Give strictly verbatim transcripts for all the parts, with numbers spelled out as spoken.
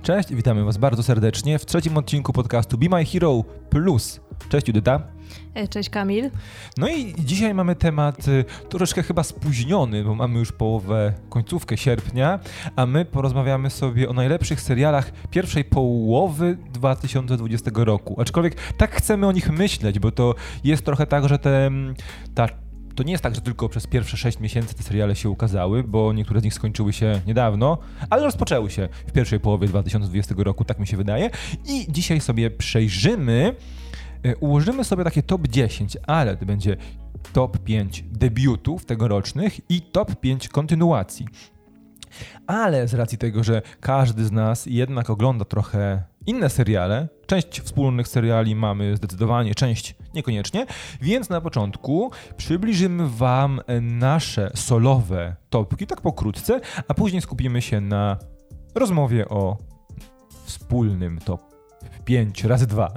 Cześć i witamy Was bardzo serdecznie w trzecim odcinku podcastu Be My Hero Plus. Cześć Judyta. Cześć Kamil. No i dzisiaj mamy temat y, troszeczkę chyba spóźniony, bo mamy już połowę, końcówkę sierpnia, a my porozmawiamy sobie o najlepszych serialach pierwszej połowy dwa tysiące dwudziestego roku. Aczkolwiek tak chcemy o nich myśleć, bo to jest trochę tak, że te, ta To nie jest tak, że tylko przez pierwsze sześć miesięcy te seriale się ukazały, bo niektóre z nich skończyły się niedawno, ale rozpoczęły się w pierwszej połowie dwa tysiące dwudziestego roku, tak mi się wydaje. I dzisiaj sobie przejrzymy, ułożymy sobie takie top dziesięć, ale to będzie top pięć debiutów tegorocznych i top pięć kontynuacji. Ale z racji tego, że każdy z nas jednak ogląda trochę inne seriale, część wspólnych seriali mamy zdecydowanie, część niekoniecznie, więc na początku przybliżymy Wam nasze solowe topki, tak pokrótce, a później skupimy się na rozmowie o wspólnym top pięć razy dwa.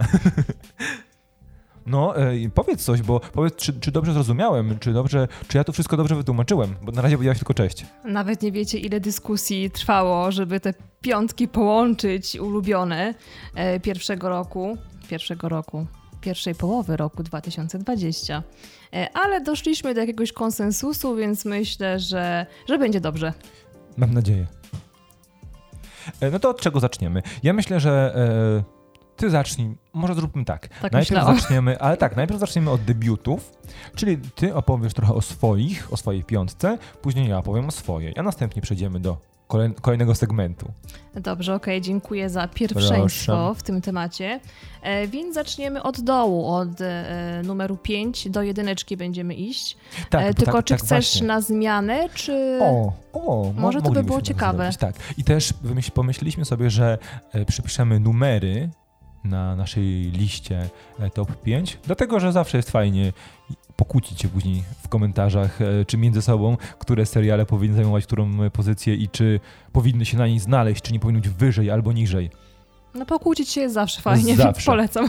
No, e, powiedz coś, bo powiedz, czy, czy dobrze zrozumiałem, czy dobrze, czy ja to wszystko dobrze wytłumaczyłem, bo na razie powiedziałeś tylko cześć. Nawet nie wiecie, ile dyskusji trwało, żeby te piątki połączyć ulubione e, pierwszego roku, pierwszego roku, pierwszej połowy roku dwa tysiące dwudziestego. E, ale doszliśmy do jakiegoś konsensusu, więc myślę, że, że będzie dobrze. Mam nadzieję. E, no to od czego zaczniemy? Ja myślę, że e, Ty zacznij, może zróbmy tak. Tak najpierw myślałam. zaczniemy, ale tak, najpierw zaczniemy od debiutów, czyli ty opowiesz trochę o swoich, o swojej piątce, później ja opowiem o swojej, a następnie przejdziemy do kolej, kolejnego segmentu. Dobrze, okej, okay, dziękuję za pierwszeństwo Proszę. w tym temacie. E, więc zaczniemy od dołu, od e, numeru pięć do jedyneczki będziemy iść. Tak, e, tylko tak, czy tak chcesz właśnie. na zmianę, czy... O, o, Może to by było moglibyśmy ciekawe. Zrobić, tak. I też wymyśl, pomyśleliśmy sobie, że e, przypiszemy numery na naszej liście e, top pięć, dlatego, że zawsze jest fajnie pokłócić się później w komentarzach, e, czy między sobą, które seriale powinny zajmować którą e, pozycję i czy powinny się na niej znaleźć, czy nie powinny być wyżej albo niżej. No pokłócić się jest zawsze fajnie, Zawsze. więc polecam.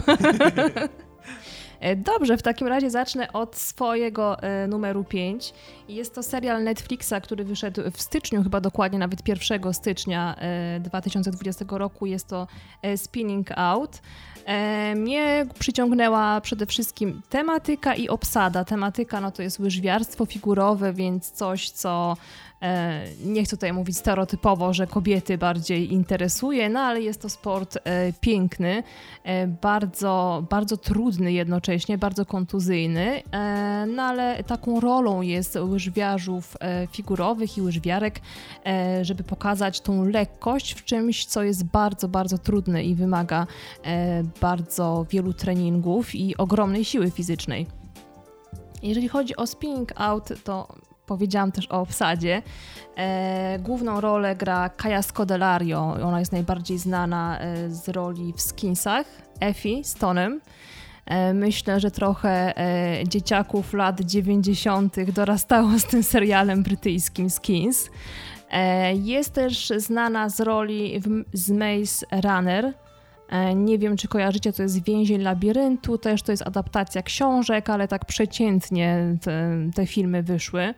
Dobrze, w takim razie zacznę od swojego e, numeru pięć. Jest to serial Netflixa, który wyszedł w styczniu, chyba dokładnie nawet pierwszego stycznia e, dwa tysiące dwudziestego roku. Jest to e, Spinning Out. E, mnie przyciągnęła przede wszystkim tematyka i obsada. Tematyka no to jest łyżwiarstwo figurowe, więc coś, co e, nie chcę tutaj mówić stereotypowo, że kobiety bardziej interesuje, no ale jest to sport e, piękny, e, bardzo, bardzo trudny jednocześnie, bardzo kontuzyjny, e, no ale taką rolą jest łyżwiarzów e, figurowych i łyżwiarek, e, żeby pokazać tą lekkość w czymś, co jest bardzo, bardzo trudne i wymaga e, bardzo wielu treningów i ogromnej siły fizycznej. Jeżeli chodzi o Spinning Out, to powiedziałam też o obsadzie. E, główną rolę gra Kaja Scodelario. Ona jest najbardziej znana e, z roli w Skinsach, Effie z Tonem. E, myślę, że trochę e, dzieciaków lat dziewięćdziesiątych dorastało z tym serialem brytyjskim Skins. E, jest też znana z roli w, z Maze Runner. Nie wiem, czy kojarzycie, to jest Więzień Labiryntu, też to jest adaptacja książek, ale tak przeciętnie te, te filmy wyszły.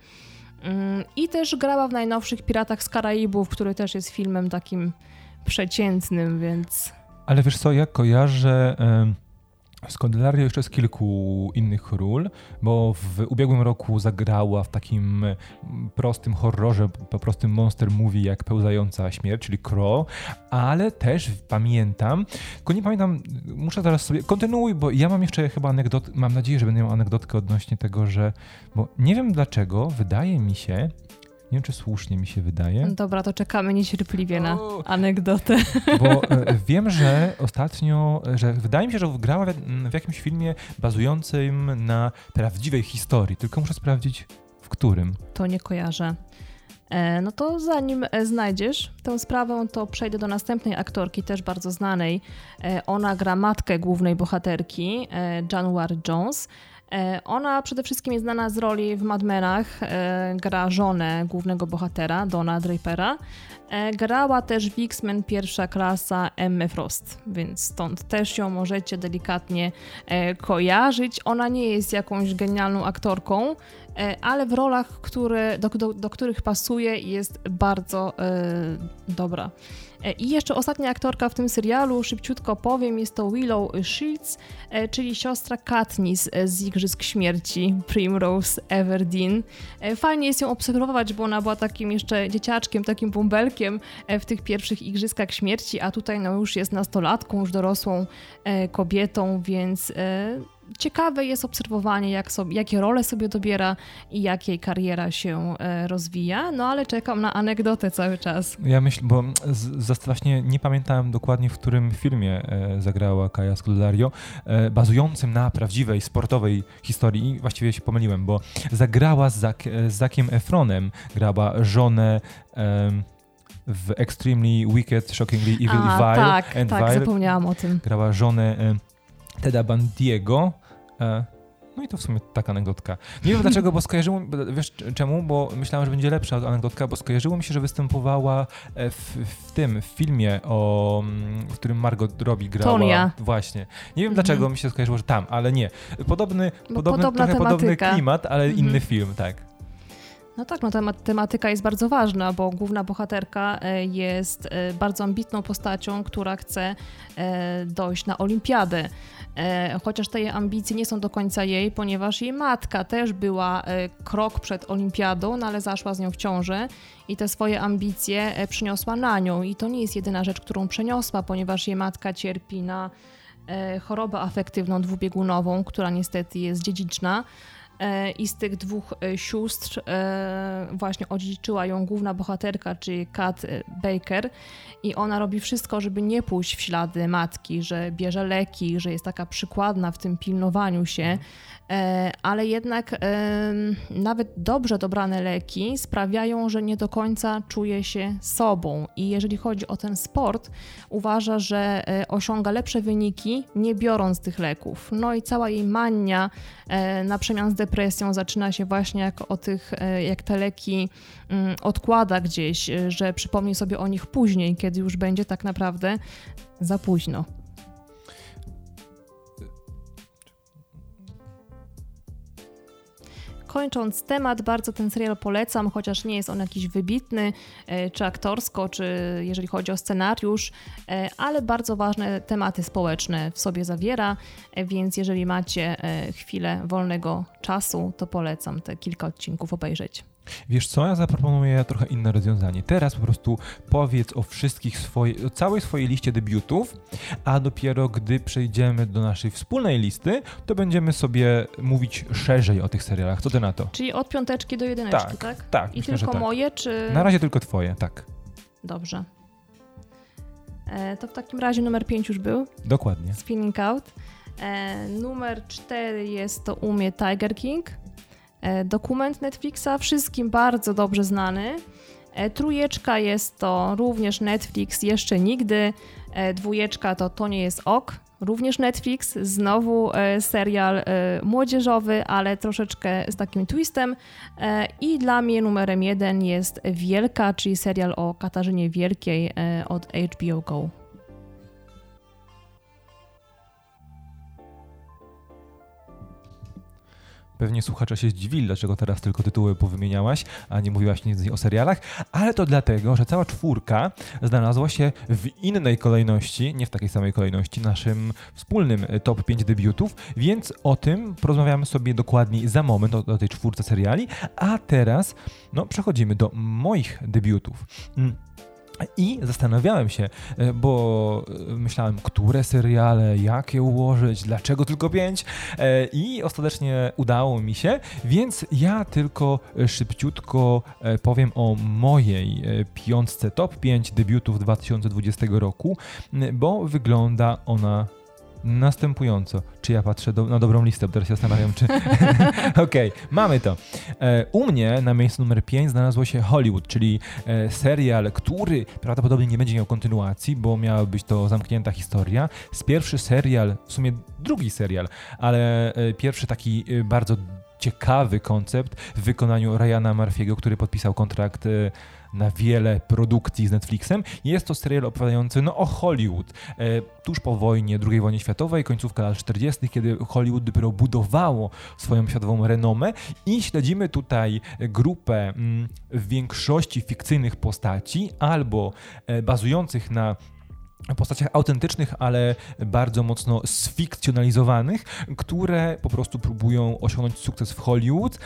I też grała w najnowszych Piratach z Karaibów, który też jest filmem takim przeciętnym, więc... Ale wiesz co, ja kojarzę Scodelario jeszcze z kilku innych ról, bo w ubiegłym roku zagrała w takim prostym horrorze, po prostym monster movie jak Pełzająca śmierć, czyli Crow, ale też pamiętam, tylko nie pamiętam, muszę zaraz sobie, kontynuuj, bo ja mam jeszcze chyba anegdotkę, mam nadzieję, że będę miał anegdotkę odnośnie tego, że, bo nie wiem dlaczego, wydaje mi się, nie wiem, czy słusznie mi się wydaje. Dobra, to czekamy niecierpliwie na anegdotę. Bo e, wiem, że ostatnio, że wydaje mi się, że grała w, w jakimś filmie bazującym na prawdziwej historii, tylko muszę sprawdzić, w którym. To nie kojarzę. E, no to zanim znajdziesz tę sprawę, to przejdę do następnej aktorki, też bardzo znanej. E, ona gra matkę głównej bohaterki, e, January Jones. Ona przede wszystkim jest znana z roli w Mad Menach, gra żonę głównego bohatera, Donna Drapera. Grała też w X-Men pierwsza klasa Emmę Frost, więc stąd też ją możecie delikatnie kojarzyć. Ona nie jest jakąś genialną aktorką, ale w rolach, które, do, do, do których pasuje, jest bardzo y, dobra. I jeszcze ostatnia aktorka w tym serialu, szybciutko powiem, jest to Willow Shields, czyli siostra Katniss z Igrzysk Śmierci, Primrose Everdeen. Fajnie jest ją obserwować, bo ona była takim jeszcze dzieciaczkiem, takim bąbelkiem w tych pierwszych Igrzyskach Śmierci, a tutaj no już jest nastolatką, już dorosłą kobietą, więc ciekawe jest obserwowanie, jak sobie, jakie role sobie dobiera i jak jej kariera się e, rozwija, no ale czekam na anegdotę cały czas. Ja myślę, bo z, z, właśnie nie pamiętałem dokładnie, w którym filmie e, zagrała Kaja Scodelario, e, bazującym na prawdziwej, sportowej historii. I właściwie się pomyliłem, bo zagrała z, Zak, z Zackiem Efronem, grała żonę e, w Extremely Wicked, Shockingly Evil A, i Vile. tak, and tak, Vile. Zapomniałam o tym. Grała żonę e, Teda Bundy'ego. E, no i to w sumie taka anegdotka. Nie wiem dlaczego, bo skojarzyło mi, wiesz czemu? Bo myślałem, że będzie lepsza anegdotka, bo skojarzyło mi się, że występowała w, w tym w filmie, o, w którym Margot Robbie grała. Tonya. Właśnie. Nie wiem Mhm. dlaczego mi się skojarzyło, że tam, ale nie. Podobny, podobny trochę tematyka. podobny klimat, ale Mhm. inny film, tak. No tak, no ta tematyka jest bardzo ważna, bo główna bohaterka jest bardzo ambitną postacią, która chce dojść na olimpiadę. Chociaż te jej ambicje nie są do końca jej, ponieważ jej matka też była krok przed olimpiadą, no ale zaszła z nią w ciążę i te swoje ambicje przyniosła na nią. I to nie jest jedyna rzecz, którą przeniosła, ponieważ jej matka cierpi na chorobę afektywną dwubiegunową, która niestety jest dziedziczna. I z tych dwóch sióstr właśnie odziedziczyła ją główna bohaterka, czyli Kat Baker, i ona robi wszystko, żeby nie pójść w ślady matki, że bierze leki, że jest taka przykładna w tym pilnowaniu się, ale jednak nawet dobrze dobrane leki sprawiają, że nie do końca czuje się sobą i jeżeli chodzi o ten sport, uważa, że osiąga lepsze wyniki, nie biorąc tych leków. No i cała jej mania na przemian z depresją zaczyna się właśnie jak o tych, jak te leki odkłada gdzieś, że przypomni sobie o nich później, kiedy już będzie tak naprawdę za późno. Kończąc temat, bardzo ten serial polecam, chociaż nie jest on jakiś wybitny, czy aktorsko, czy jeżeli chodzi o scenariusz, ale bardzo ważne tematy społeczne w sobie zawiera, więc jeżeli macie chwilę wolnego czasu, to polecam te kilka odcinków obejrzeć. Wiesz co, ja zaproponuję trochę inne rozwiązanie. Teraz po prostu powiedz o wszystkich swojej, o całej swojej liście debiutów, a dopiero gdy przejdziemy do naszej wspólnej listy, to będziemy sobie mówić szerzej o tych serialach. Co ty na to? Czyli od piąteczki do jedyneczki, tak? Tak, tak. I myślę, tylko tak. moje, czy... Na razie tylko twoje, tak. Dobrze. E, to w takim razie numer pięć już był. Dokładnie. Spinning Out. E, numer cztery jest to u mnie Tiger King. Dokument Netflixa, wszystkim bardzo dobrze znany. Trójeczka jest to również Netflix, jeszcze nigdy. Dwójeczka to To nie jest ok, również Netflix. Znowu serial młodzieżowy, ale troszeczkę z takim twistem. I dla mnie numerem jeden jest Wielka, czyli serial o Katarzynie Wielkiej od H B O Go. Pewnie słuchacze się zdziwili, dlaczego teraz tylko tytuły powymieniałaś, a nie mówiłaś nic o serialach, ale to dlatego, że cała czwórka znalazła się w innej kolejności, nie w takiej samej kolejności, naszym wspólnym top pięć debiutów, więc o tym porozmawiamy sobie dokładniej za moment, o, o tej czwórce seriali, a teraz no, przechodzimy do moich debiutów. Mm. I zastanawiałem się, bo myślałem, które seriale, jak je ułożyć, dlaczego tylko pięć i ostatecznie udało mi się, więc ja tylko szybciutko powiem o mojej piątce top pięć debiutów dwa tysiące dwudziestego roku, bo wygląda ona następująco. Czy ja patrzę do, na dobrą listę, bo teraz się zastanawiam, czy... Okej, okay, mamy to. E, u mnie na miejscu numer pięć znalazło się Hollywood, czyli e, serial, który prawdopodobnie nie będzie miał kontynuacji, bo miała być to zamknięta historia. Z pierwszy serial, w sumie drugi serial, ale e, pierwszy taki e, bardzo ciekawy koncept w wykonaniu Ryana Murphy'ego, który podpisał kontrakt na wiele produkcji z Netflixem. Jest to serial opowiadający no, o Hollywood. E, tuż po wojnie, drugiej wojnie światowej, końcówka lat czterdziestych, kiedy Hollywood dopiero budowało swoją światową renomę i śledzimy tutaj grupę m, w większości fikcyjnych postaci albo e, bazujących na postaciach autentycznych, ale bardzo mocno sfikcjonalizowanych, które po prostu próbują osiągnąć sukces w Hollywood,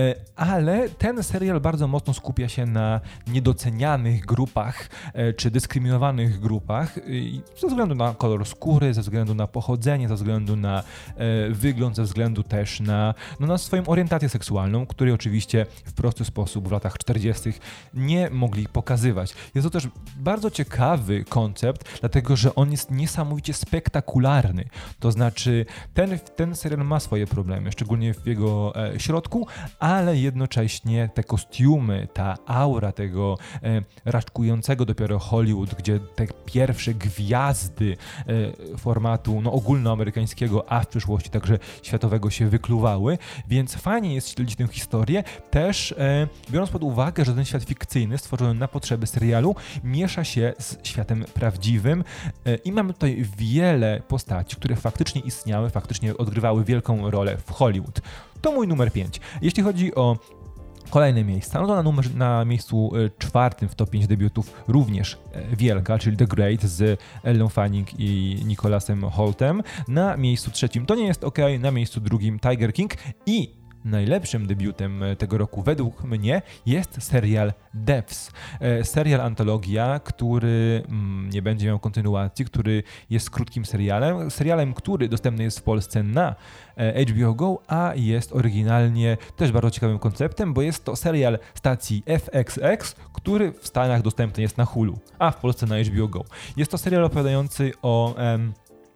ale ten serial bardzo mocno skupia się na niedocenianych grupach czy dyskryminowanych grupach ze względu na kolor skóry, ze względu na pochodzenie, ze względu na wygląd, ze względu też na, no, na swoją orientację seksualną, której oczywiście w prosty sposób w latach czterdziestych nie mogli pokazywać. Jest to też bardzo ciekawy koncept, dlatego że on jest niesamowicie spektakularny. To znaczy ten, ten serial ma swoje problemy, szczególnie w jego e, środku, ale jednocześnie te kostiumy, ta aura tego e, raczkującego dopiero Hollywood, gdzie te pierwsze gwiazdy e, formatu no, ogólnoamerykańskiego, a w przyszłości także światowego się wykluwały, więc fajnie jest śledzić tę historię, też e, biorąc pod uwagę, że ten świat fikcyjny stworzony na potrzeby serialu miesza się z światem prawdziwym i mamy tutaj wiele postaci, które faktycznie istniały, faktycznie odgrywały wielką rolę w Hollywood. To mój numer pięć. Jeśli chodzi o kolejne miejsca, no to na, numer, na miejscu czwartym w top pięć debiutów również wielka, czyli The Great z Ellą Fanning i Nicholasem Holtem. Na miejscu trzecim To nie jest OK, na miejscu drugim Tiger King i najlepszym debiutem tego roku według mnie jest serial Devs. Serial antologia, który nie będzie miał kontynuacji, który jest krótkim serialem, serialem, który dostępny jest w Polsce na H B O Go, a jest oryginalnie też bardzo ciekawym konceptem, bo jest to serial stacji F X X, który w Stanach dostępny jest na Hulu, a w Polsce na H B O Go. Jest to serial opowiadający o em,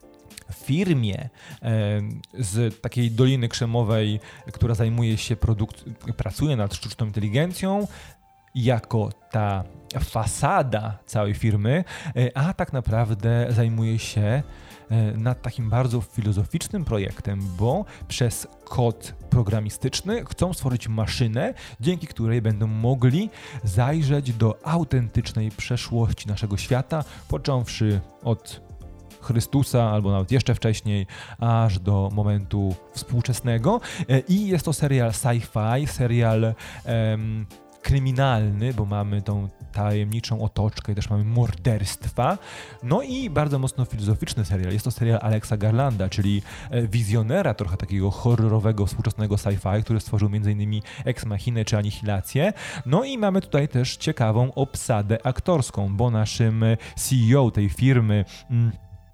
firmie z takiej Doliny Krzemowej, która zajmuje się produkcją, pracuje nad sztuczną inteligencją jako ta fasada całej firmy, a tak naprawdę zajmuje się nad takim bardzo filozoficznym projektem, bo przez kod programistyczny chcą stworzyć maszynę, dzięki której będą mogli zajrzeć do autentycznej przeszłości naszego świata, począwszy od Chrystusa, albo nawet jeszcze wcześniej, aż do momentu współczesnego. I jest to serial sci-fi, serial em, kryminalny, bo mamy tą tajemniczą otoczkę i też mamy morderstwa. No i bardzo mocno filozoficzny serial. Jest to serial Alexa Garlanda, czyli wizjonera trochę takiego horrorowego, współczesnego sci-fi, który stworzył m.in. Ex Machinę czy Anihilację. No i mamy tutaj też ciekawą obsadę aktorską, bo naszym C E O tej firmy mm,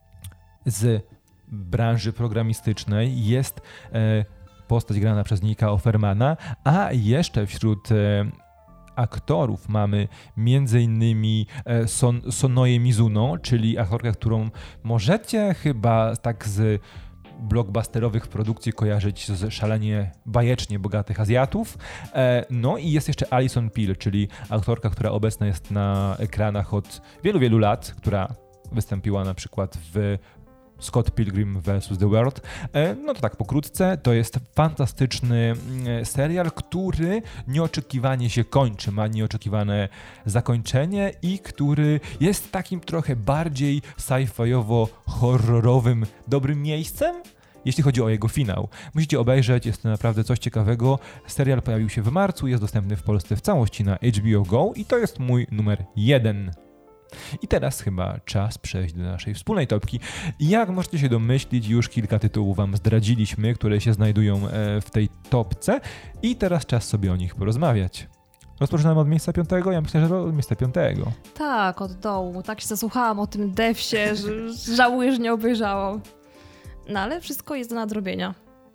z branży programistycznej jest e, postać grana przez Nicka Offermana, a jeszcze wśród e, aktorów mamy między innymi e, Son, Sonoye Mizuno, czyli aktorkę, którą możecie chyba tak z blockbusterowych produkcji kojarzyć z szalenie bajecznie bogatych Azjatów. E, no i jest jeszcze Alison Pill, czyli aktorka, która obecna jest na ekranach od wielu, wielu lat, która wystąpiła na przykład w Scott Pilgrim versus. The World. No to tak pokrótce, to jest fantastyczny serial, który nieoczekiwanie się kończy, ma nieoczekiwane zakończenie i który jest takim trochę bardziej sci-fiowo-horrorowym dobrym miejscem, jeśli chodzi o jego finał. Musicie obejrzeć, jest to naprawdę coś ciekawego. Serial pojawił się w marcu, jest dostępny w Polsce w całości na H B O Go i to jest mój numer jeden. I teraz chyba czas przejść do naszej wspólnej topki. Jak możecie się domyślić, już kilka tytułów wam zdradziliśmy, które się znajdują w tej topce i teraz czas sobie o nich porozmawiać. Rozpoczynamy od miejsca piątego? Ja myślę, że od miejsca piątego. Tak, od dołu. Tak się zasłuchałam o tym Devsie, że żałuję, że nie obejrzałam. No ale wszystko jest do nadrobienia.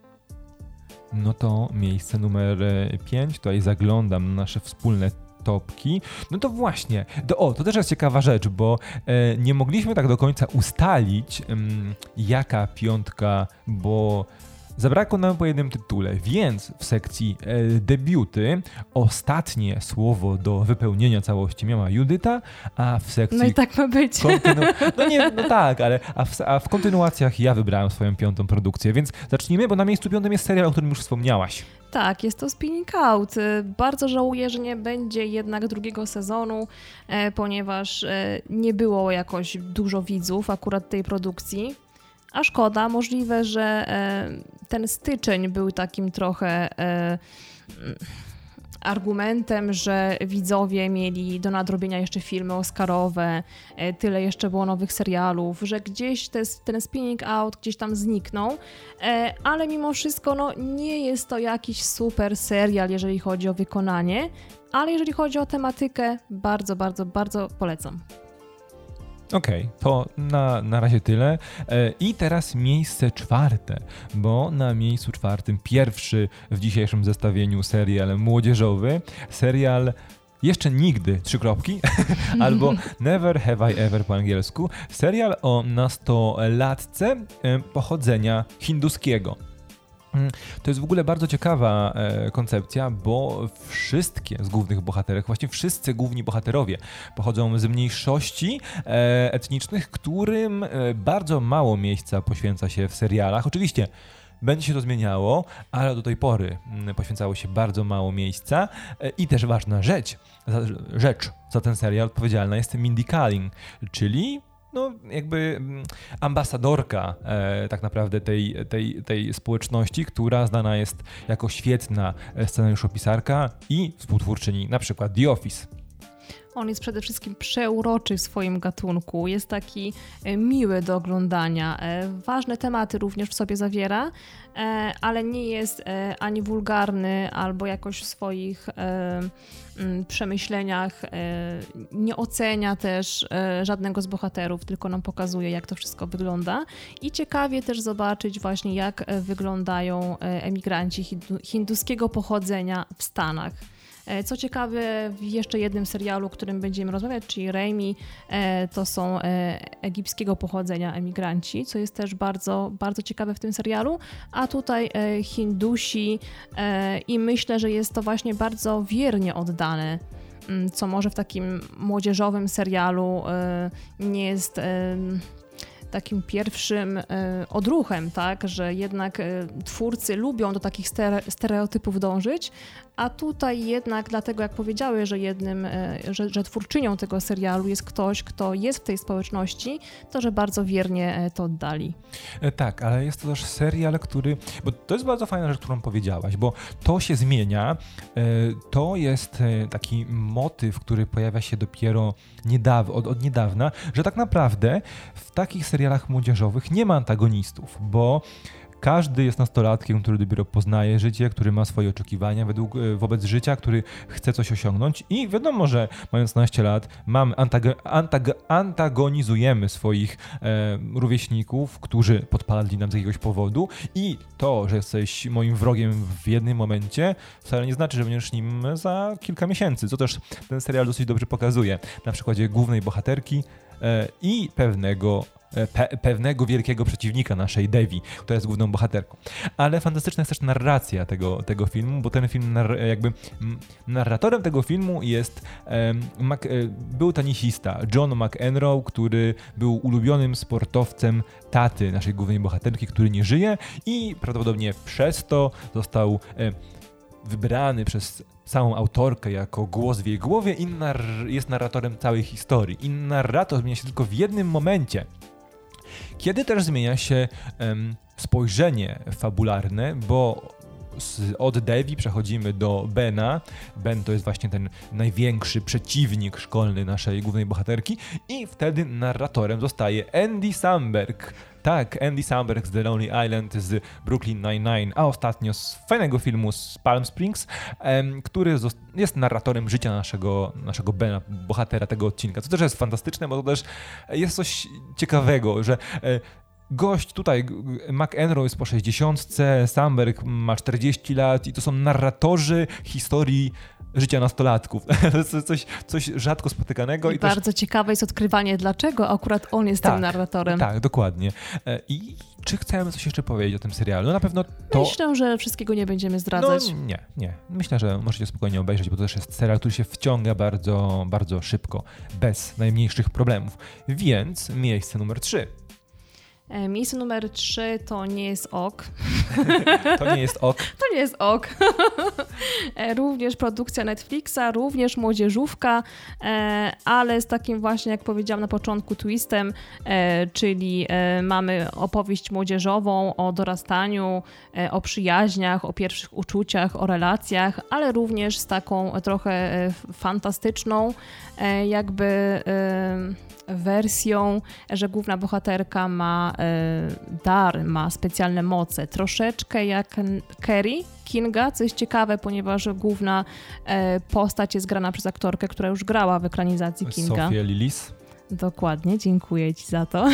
No to miejsce numer pięć. Tutaj zaglądam na nasze wspólne topki. No to właśnie, to, o, to też jest ciekawa rzecz, bo e, nie mogliśmy tak do końca ustalić, m, jaka piątka, bo Zabrakło nam po jednym tytule, więc w sekcji e, debiuty ostatnie słowo do wypełnienia całości miała Judyta, a w sekcji... No i tak ma być. Kontynu- no nie, no tak, ale a w, a w kontynuacjach ja wybrałem swoją piątą produkcję, więc zacznijmy, bo na miejscu piątym jest serial, o którym już wspomniałaś. Tak, jest to Spinning Out. Bardzo żałuję, że nie będzie jednak drugiego sezonu, ponieważ nie było jakoś dużo widzów akurat tej produkcji. A szkoda, możliwe, że ten styczeń był takim trochę argumentem, że widzowie mieli do nadrobienia jeszcze filmy oscarowe, tyle jeszcze było nowych serialów, że gdzieś te, ten Spinning Out gdzieś tam zniknął, ale mimo wszystko no, nie jest to jakiś super serial, jeżeli chodzi o wykonanie, ale jeżeli chodzi o tematykę, bardzo, bardzo, bardzo polecam. Okej, okay, to na, na razie tyle. I teraz miejsce czwarte, bo na miejscu czwartym pierwszy w dzisiejszym zestawieniu serial młodzieżowy, serial Jeszcze nigdy, trzy kropki, albo Never Have I Ever po angielsku, serial o nastolatce pochodzenia hinduskiego. To jest w ogóle bardzo ciekawa e, koncepcja, bo wszystkie z głównych bohaterek, właśnie wszyscy główni bohaterowie pochodzą z mniejszości e, etnicznych, którym e, bardzo mało miejsca poświęca się w serialach. Oczywiście będzie się to zmieniało, ale do tej pory poświęcało się bardzo mało miejsca e, i też ważna rzecz, za, rzecz za ten serial odpowiedzialna jest Mindy Kaling, czyli no jakby ambasadorka e, tak naprawdę tej, tej, tej społeczności, która znana jest jako świetna scenariuszopisarka i współtwórczyni na przykład The Office. On jest przede wszystkim przeuroczy w swoim gatunku, jest taki miły do oglądania, ważne tematy również w sobie zawiera, ale nie jest ani wulgarny albo jakoś w swoich przemyśleniach nie ocenia też żadnego z bohaterów, tylko nam pokazuje, jak to wszystko wygląda i ciekawie też zobaczyć właśnie, jak wyglądają emigranci hinduskiego pochodzenia w Stanach. Co ciekawe, w jeszcze jednym serialu, o którym będziemy rozmawiać, czyli Raimi, to są egipskiego pochodzenia emigranci, co jest też bardzo, bardzo ciekawe w tym serialu, a tutaj Hindusi i myślę, że jest to właśnie bardzo wiernie oddane, co może w takim młodzieżowym serialu nie jest takim pierwszym e, odruchem, tak, że jednak e, twórcy lubią do takich stere, stereotypów dążyć, a tutaj jednak dlatego, jak powiedziały, że jednym, e, że, że twórczynią tego serialu jest ktoś, kto jest w tej społeczności, to że bardzo wiernie e, to oddali. E, tak, ale jest to też serial, który, bo to jest bardzo fajna rzecz, którą powiedziałaś, bo to się zmienia, e, to jest e, taki motyw, który pojawia się dopiero niedaw, od, od niedawna, że tak naprawdę w takich serialach młodzieżowych nie ma antagonistów, bo każdy jest nastolatkiem, który dopiero poznaje życie, który ma swoje oczekiwania według, wobec życia, który chce coś osiągnąć i wiadomo, że mając naście lat mamy antago, antag, antagonizujemy swoich e, rówieśników, którzy podpadli nam z jakiegoś powodu i to, że jesteś moim wrogiem w jednym momencie, wcale nie znaczy, że będziesz nim za kilka miesięcy, co też ten serial dosyć dobrze pokazuje. Na przykładzie głównej bohaterki e, i pewnego Pe- pewnego wielkiego przeciwnika naszej Devi, która jest główną bohaterką. Ale fantastyczna jest też narracja tego, tego filmu, bo ten film nar- jakby m, narratorem tego filmu jest um, Mac- był tenisista John McEnroe, który był ulubionym sportowcem taty naszej głównej bohaterki, który nie żyje i prawdopodobnie przez to został e, wybrany przez samą autorkę jako głos w jej głowie i nar- jest narratorem całej historii. I narrator zmienia się tylko w jednym momencie, kiedy też zmienia się um, spojrzenie fabularne, bo z, od Devi przechodzimy do Bena. Ben to jest właśnie ten największy przeciwnik szkolny naszej głównej bohaterki i wtedy narratorem zostaje Andy Samberg. Tak, Andy Samberg z The Lonely Island, z Brooklyn Nine-Nine, a ostatnio z fajnego filmu z Palm Springs, em, który jest narratorem życia naszego, naszego Bena, bohatera tego odcinka. Co też jest fantastyczne, bo to też jest coś ciekawego, że e, gość tutaj, McEnroe jest po sześćdziesiątce, Samberg ma czterdzieści lat i to są narratorzy historii życia nastolatków. To jest coś, coś rzadko spotykanego. I, I bardzo też... ciekawe jest odkrywanie, dlaczego akurat on jest tak, tym narratorem. Tak, dokładnie. I czy chcemy coś jeszcze powiedzieć o tym serialu? No na pewno to... Myślę, że wszystkiego nie będziemy zdradzać. No nie, nie. Myślę, że możecie spokojnie obejrzeć, bo to też jest serial, który się wciąga bardzo, bardzo szybko, bez najmniejszych problemów. Więc miejsce numer trzy. Miejsce numer trzy to nie jest ok. To nie jest ok. To nie jest ok. Również produkcja Netflixa, również młodzieżówka, ale z takim właśnie, jak powiedziałam na początku, twistem, czyli mamy opowieść młodzieżową o dorastaniu, o przyjaźniach, o pierwszych uczuciach, o relacjach, ale również z taką trochę fantastyczną jakby wersją, że główna bohaterka ma y, dar, ma specjalne moce, troszeczkę jak Carrie Kinga, co jest ciekawe, ponieważ główna y, postać jest grana przez aktorkę, która już grała w ekranizacji Kinga. Sophia Lillis. Dokładnie, dziękuję ci za to.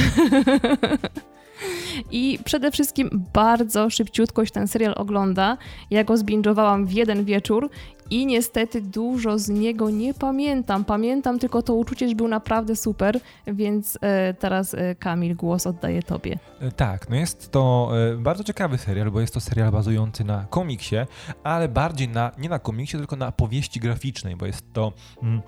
I przede wszystkim bardzo szybciutko się ten serial ogląda. Ja go zbingowałam w jeden wieczór i niestety dużo z niego nie pamiętam. Pamiętam tylko to uczucie, że był naprawdę super, więc e, teraz e, Kamil, głos oddaję tobie. Tak, no jest to e, bardzo ciekawy serial, bo jest to serial bazujący na komiksie, ale bardziej na, nie na komiksie, tylko na powieści graficznej, bo jest to... Mm,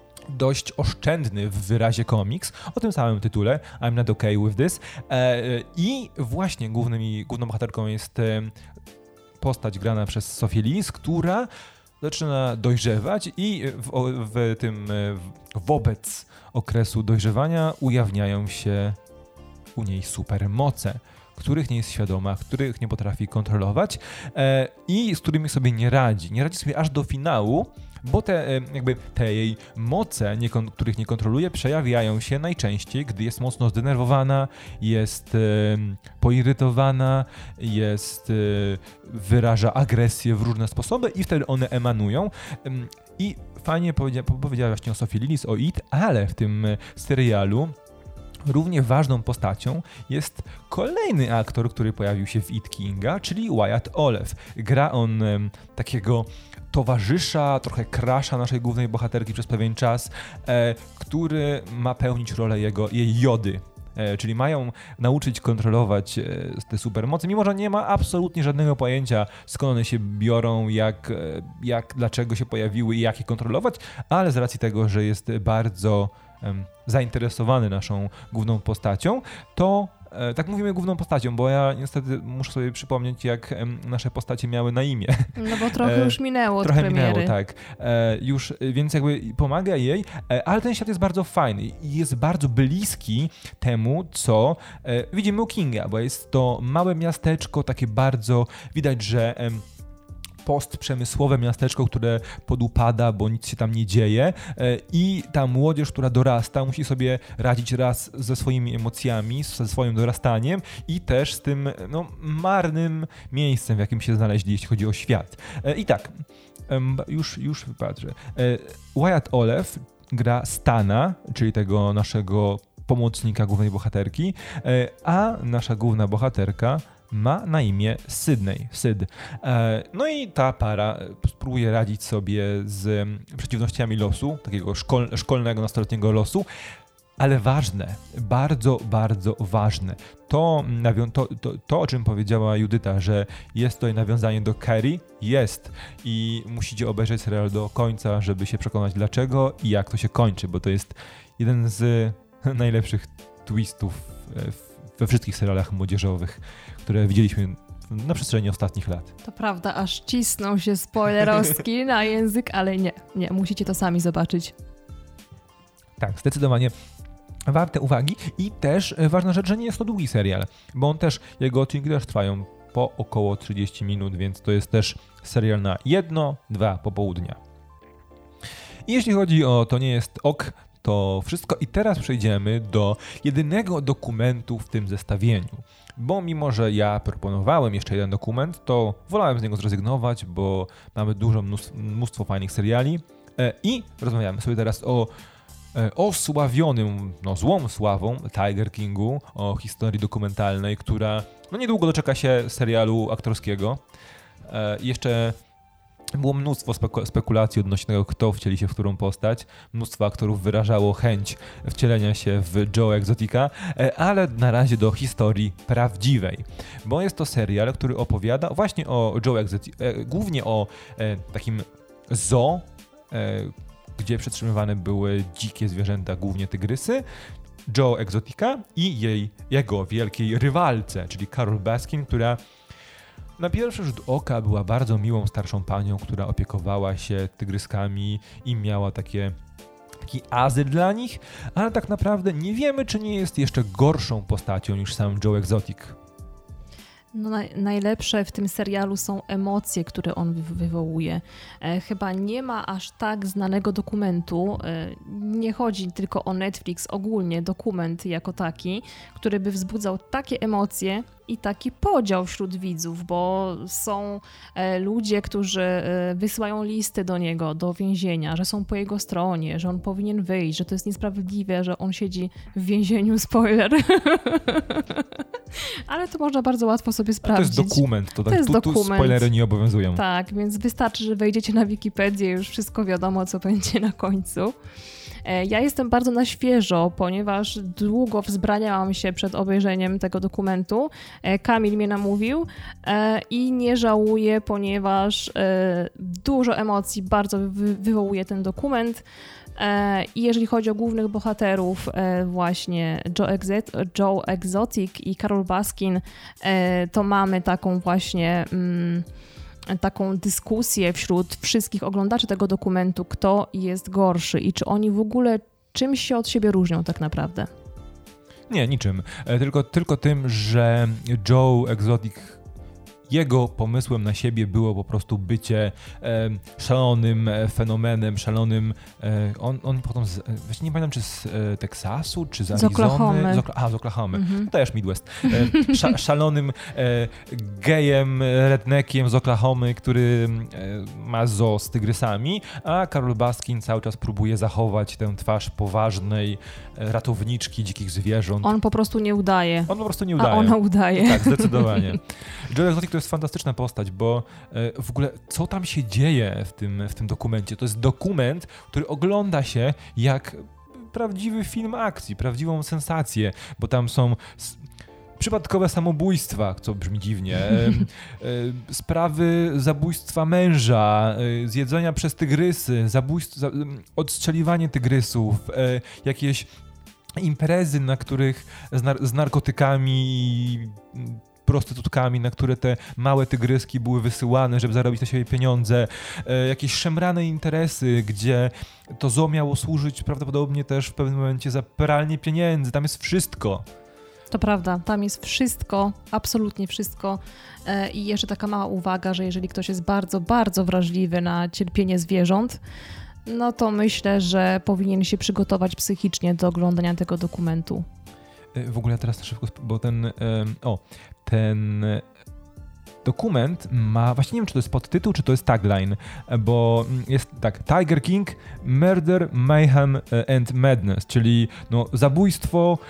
dość oszczędny w wyrazie komiks, o tym samym tytule, I'm not okay with this. E, I właśnie głównymi, główną bohaterką jest e, postać grana przez Sophię Lillis, która zaczyna dojrzewać i w, w tym w, wobec okresu dojrzewania ujawniają się u niej supermoce, których nie jest świadoma, których nie potrafi kontrolować e, i z którymi sobie nie radzi. Nie radzi sobie aż do finału, bo te, jakby te jej moce, nie, których nie kontroluje, przejawiają się najczęściej, gdy jest mocno zdenerwowana, jest e, poirytowana, jest, e, wyraża agresję w różne sposoby i wtedy one emanują. E, I fajnie powiedzia, powiedziała właśnie o Sophie Lillis, o It, ale w tym serialu równie ważną postacią jest kolejny aktor, który pojawił się w It Kinga, czyli Wyatt Oleff. Gra on um, takiego towarzysza, trochę crusha naszej głównej bohaterki przez pewien czas, e, który ma pełnić rolę jego, jej Jody. E, czyli mają nauczyć kontrolować e, te supermoce, mimo że nie ma absolutnie żadnego pojęcia, skąd one się biorą, jak, e, jak, dlaczego się pojawiły i jak je kontrolować, ale z racji tego, że jest bardzo em, zainteresowany naszą główną postacią, to e, tak mówimy główną postacią, bo ja niestety muszę sobie przypomnieć, jak em, nasze postacie miały na imię. No bo trochę już minęło od Trochę premiery. minęło, tak. E, już, więc jakby pomaga jej, e, ale ten świat jest bardzo fajny i jest bardzo bliski temu, co e, widzimy u Kinga, bo jest to małe miasteczko, takie bardzo, widać, że em, postprzemysłowe miasteczko, które podupada, bo nic się tam nie dzieje i ta młodzież, która dorasta, musi sobie radzić raz ze swoimi emocjami, ze swoim dorastaniem i też z tym no, marnym miejscem, w jakim się znaleźli, jeśli chodzi o świat. I tak, już, już wypatrzę. Wyatt Oleff gra Stana, czyli tego naszego pomocnika głównej bohaterki, a nasza główna bohaterka ma na imię Sydney, Syd. No i ta para spróbuje radzić sobie z przeciwnościami losu, takiego szkol, szkolnego, nastoletniego losu, ale ważne, bardzo, bardzo ważne, to, to, to, to o czym powiedziała Judyta, że jest to nawiązanie do Carrie, jest i musicie obejrzeć serial do końca, żeby się przekonać dlaczego i jak to się kończy, bo to jest jeden z najlepszych twistów we wszystkich serialach młodzieżowych, które widzieliśmy na przestrzeni ostatnich lat. To prawda, aż cisną się spoilerowski na język, ale nie, nie, musicie to sami zobaczyć. Tak, zdecydowanie warte uwagi i też ważna rzecz, że nie jest to długi serial, bo on też, jego odcinki też trwają po około trzydzieści minut, więc to jest też serial na jedno, dwa popołudnia. I jeśli chodzi o To nie jest ok, to wszystko i teraz przejdziemy do jedynego dokumentu w tym zestawieniu. Bo mimo, że ja proponowałem jeszcze jeden dokument, to wolałem z niego zrezygnować, bo mamy dużo mnóstwo, mnóstwo fajnych seriali e, i rozmawiamy sobie teraz o e, osławionym, no złą sławą Tiger Kingu, o historii dokumentalnej, która no niedługo doczeka się serialu aktorskiego. E, jeszcze Było mnóstwo speku- spekulacji odnośnie tego, kto wcieli się w którą postać. Mnóstwo aktorów wyrażało chęć wcielenia się w Joe Exotica, ale na razie do historii prawdziwej. Bo jest to serial, który opowiada właśnie o Joe Exotic, głównie o e, takim zoo, e, gdzie przetrzymywane były dzikie zwierzęta, głównie tygrysy, Joe Exotica i jej, jego wielkiej rywalce, czyli Carole Baskin, która na pierwszy rzut oka była bardzo miłą starszą panią, która opiekowała się tygryskami i miała takie, taki azyl dla nich, ale tak naprawdę nie wiemy, czy nie jest jeszcze gorszą postacią niż sam Joe Exotic. No, naj, najlepsze w tym serialu są emocje, które on wy, wywołuje. E, chyba nie ma aż tak znanego dokumentu, e, nie chodzi tylko o Netflix, ogólnie dokument jako taki, który by wzbudzał takie emocje i taki podział wśród widzów, bo są e, ludzie, którzy e, wysyłają listy do niego, do więzienia, że są po jego stronie, że on powinien wyjść, że to jest niesprawiedliwe, że on siedzi w więzieniu, spoiler. Ale to można bardzo łatwo sobie sprawdzić. To jest dokument, to, to tak, jest tu, tu dokument. spoilery nie obowiązują. Tak, więc wystarczy, że wejdziecie na Wikipedię, już wszystko wiadomo, co będzie na końcu. Ja jestem bardzo na świeżo, ponieważ długo wzbraniałam się przed obejrzeniem tego dokumentu. Kamil mnie namówił i nie żałuję, ponieważ dużo emocji bardzo wywołuje ten dokument. I jeżeli chodzi o głównych bohaterów, właśnie Joe, Exo- Joe Exotic i Carole Baskin, to mamy taką właśnie taką dyskusję wśród wszystkich oglądaczy tego dokumentu, kto jest gorszy i czy oni w ogóle czymś się od siebie różnią tak naprawdę. Nie, niczym. Tylko, tylko tym, że Joe Exotic, jego pomysłem na siebie było po prostu bycie e, szalonym fenomenem, szalonym... E, on, on potem, z, właśnie nie pamiętam, czy z e, Teksasu, czy z Arizony. Z Oklahomy. Z Okla- a, z Oklahomy. Mhm. Też Midwest. E, sz, szalonym e, gejem, redneckiem z Oklahomy, który e, ma zoo z tygrysami, a Carole Baskin cały czas próbuje zachować tę twarz poważnej e, ratowniczki dzikich zwierząt. On po prostu nie udaje. On po prostu nie udaje. A ona udaje. Tak, zdecydowanie. Joe Exotic to jest fantastyczna postać, bo e, w ogóle co tam się dzieje w tym, w tym dokumencie? To jest dokument, który ogląda się jak prawdziwy film akcji, prawdziwą sensację, bo tam są s- przypadkowe samobójstwa, co brzmi dziwnie, e, e, sprawy zabójstwa męża, e, zjedzenia przez tygrysy, zabójstw, za, odstrzeliwanie tygrysów, e, jakieś imprezy, na których z, nar- z narkotykami, prostytutkami, na które te małe tygryski były wysyłane, żeby zarobić na siebie pieniądze, e, jakieś szemrane interesy, gdzie to zoo miało służyć prawdopodobnie też w pewnym momencie za pralnię pieniędzy. Tam jest wszystko. To prawda, tam jest wszystko, absolutnie wszystko. E, I jeszcze taka mała uwaga, że jeżeli ktoś jest bardzo, bardzo wrażliwy na cierpienie zwierząt, no to myślę, że powinien się przygotować psychicznie do oglądania tego dokumentu. W ogóle teraz szybko, bo ten, o, ten dokument ma, właśnie nie wiem, czy to jest podtytuł, czy to jest tagline, bo jest tak, Tiger King, Murder, Mayhem and Madness, czyli no, zabójstwo,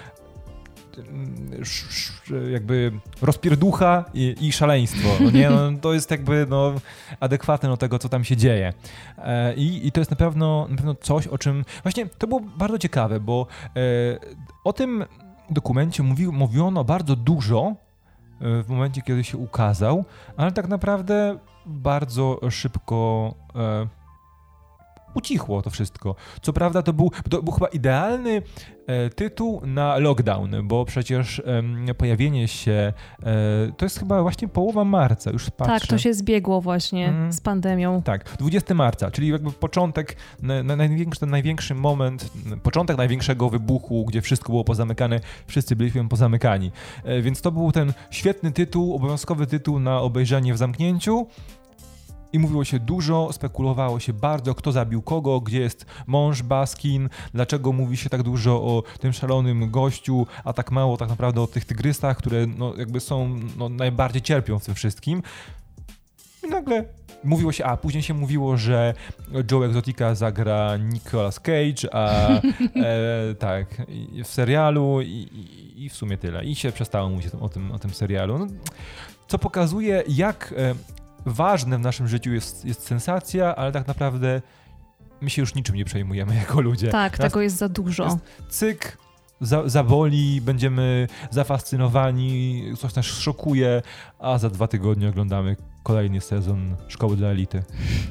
sz, sz, jakby rozpierducha i, i szaleństwo. No nie, no, to jest jakby no, adekwatne do tego, co tam się dzieje. E, i, I to jest na pewno, na pewno coś, o czym... Właśnie to było bardzo ciekawe, bo e, o tym dokumencie mówi, mówiono bardzo dużo w momencie, kiedy się ukazał, ale tak naprawdę bardzo szybko e, ucichło to wszystko. Co prawda to był, to był chyba idealny e, tytuł na lockdown, bo przecież e, pojawienie się, e, to jest chyba właśnie połowa marca, już patrzę. Tak, to się zbiegło właśnie mm. z pandemią. Tak, dwudziestego marca, czyli jakby początek, na, na największy, ten największy moment, początek największego wybuchu, gdzie wszystko było pozamykane, wszyscy byliśmy pozamykani. E, więc to był ten świetny tytuł, obowiązkowy tytuł na obejrzenie w zamknięciu. I mówiło się dużo, spekulowało się bardzo, kto zabił kogo, gdzie jest mąż Baskin, dlaczego mówi się tak dużo o tym szalonym gościu, a tak mało tak naprawdę o tych tygrysach, które no, jakby są, no, najbardziej cierpią w tym wszystkim. I nagle mówiło się, a później się mówiło, że Joe Exotica zagra Nicolas Cage, a e, tak, w serialu i, i, i w sumie tyle. I się przestało mówić o tym, o tym, o tym serialu. No, co pokazuje, jak... E, ważne w naszym życiu jest, jest sensacja, ale tak naprawdę my się już niczym nie przejmujemy jako ludzie. Tak, Nas tego jest za dużo. Jest cyk, za, zaboli, będziemy zafascynowani, coś nas szokuje, a za dwa tygodnie oglądamy kolejny sezon Szkoły dla Elity.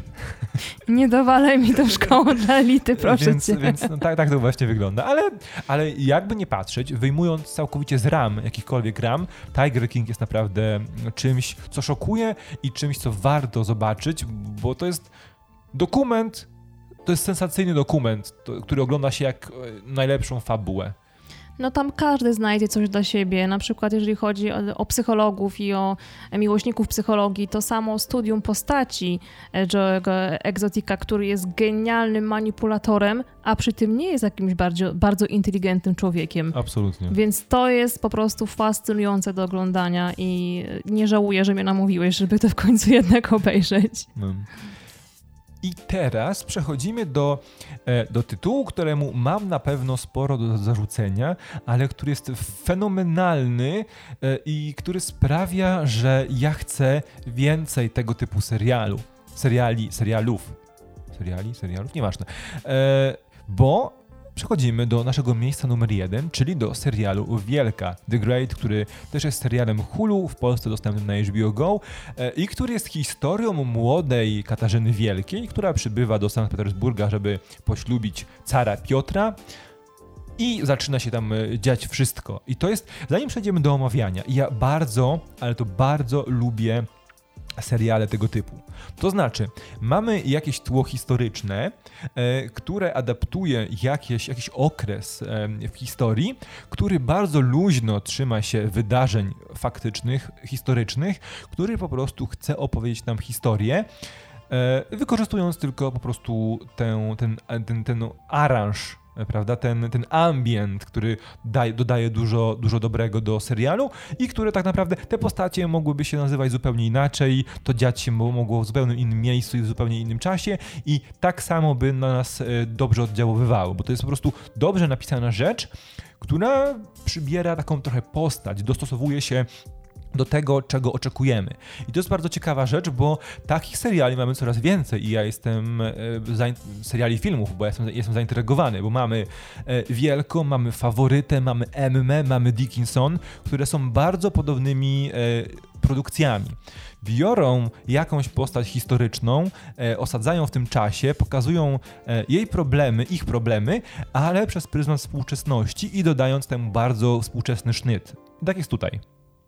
Nie dowalaj mi do Szkoły dla Elity, proszę więc, cię. Więc no, tak, tak to właśnie wygląda. Ale, ale jakby nie patrzeć, wyjmując całkowicie z ram, jakichkolwiek ram, Tiger King jest naprawdę czymś, co szokuje i czymś, co warto zobaczyć, bo to jest dokument, to jest sensacyjny dokument, to, który ogląda się jak najlepszą fabułę. No tam każdy znajdzie coś dla siebie. Na przykład jeżeli chodzi o, o psychologów i o miłośników psychologii, to samo studium postaci Joe'ego Exotica, który jest genialnym manipulatorem, a przy tym nie jest jakimś bardzo, bardzo inteligentnym człowiekiem. Absolutnie. Więc to jest po prostu fascynujące do oglądania i nie żałuję, że mnie namówiłeś, żeby to w końcu jednak obejrzeć. No. I teraz przechodzimy do, do tytułu, któremu mam na pewno sporo do zarzucenia, ale który jest fenomenalny i który sprawia, że ja chcę więcej tego typu serialu. Seriali, serialów. Seriali, serialów? Nieważne. Bo przechodzimy do naszego miejsca numer jeden, czyli do serialu Wielka, The Great, który też jest serialem Hulu, w Polsce dostępnym na H B O Go i który jest historią młodej Katarzyny Wielkiej, która przybywa do Sankt Petersburga, żeby poślubić cara Piotra. I zaczyna się tam dziać wszystko. I to jest, zanim przejdziemy do omawiania, ja bardzo, ale to bardzo lubię seriale tego typu. To znaczy, mamy jakieś tło historyczne, e, które adaptuje jakieś, jakiś okres e, w historii, który bardzo luźno trzyma się wydarzeń faktycznych, historycznych, który po prostu chce opowiedzieć nam historię, e, wykorzystując tylko po prostu tę, ten, ten, ten aranż, prawda, ten, ten ambient, który daje, dodaje dużo, dużo dobrego do serialu i które tak naprawdę, te postacie mogłyby się nazywać zupełnie inaczej, to dziać się mogło w zupełnie innym miejscu i w zupełnie innym czasie i tak samo by na nas dobrze oddziaływało, bo to jest po prostu dobrze napisana rzecz, która przybiera taką trochę postać, dostosowuje się do tego, czego oczekujemy. I to jest bardzo ciekawa rzecz, bo takich seriali mamy coraz więcej i ja jestem e, zain- seriali filmów, bo ja jestem, jestem zaintrygowany, bo mamy e, Wielką, mamy Faworytę, mamy Emmę, mamy Dickinson, które są bardzo podobnymi e, produkcjami. Biorą jakąś postać historyczną, e, osadzają w tym czasie, pokazują e, jej problemy, ich problemy, ale przez pryzmat współczesności i dodając temu bardzo współczesny sznyt. Tak jest tutaj.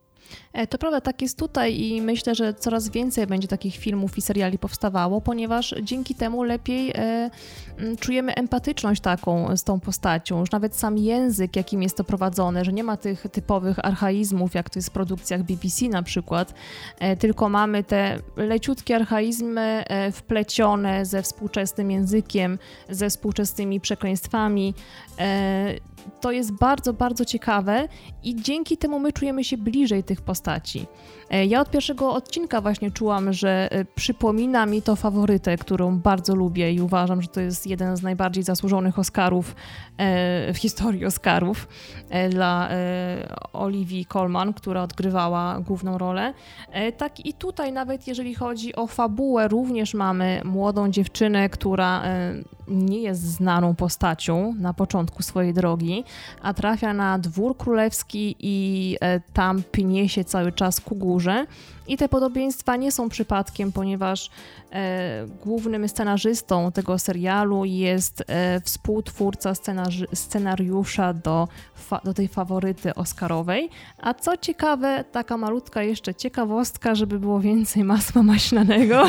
To prawda, tak jest tutaj i myślę, że coraz więcej będzie takich filmów i seriali powstawało, ponieważ dzięki temu lepiej e, czujemy empatyczność taką z tą postacią. Już nawet sam język, jakim jest to prowadzone, że nie ma tych typowych archaizmów, jak to jest w produkcjach B B C na przykład, e, tylko mamy te leciutkie archaizmy e, wplecione ze współczesnym językiem, ze współczesnymi przekleństwami. E, to jest bardzo, bardzo ciekawe i dzięki temu my czujemy się bliżej tych postaci. Ja od pierwszego odcinka właśnie czułam, że przypomina mi to Faworytę, którą bardzo lubię i uważam, że to jest jeden z najbardziej zasłużonych Oscarów w historii Oscarów dla Olivii Colman, która odgrywała główną rolę. Tak i tutaj nawet jeżeli chodzi o fabułę, również mamy młodą dziewczynę, która nie jest znaną postacią na początku swojej drogi, a trafia na dwór królewski i tam pnie się cały czas ku górze. I te podobieństwa nie są przypadkiem, ponieważ e, głównym scenarzystą tego serialu jest e, współtwórca scenarzy- scenariusza do, fa- do tej Faworyty Oscarowej. A co ciekawe, taka malutka jeszcze ciekawostka, żeby było więcej masła maślanego,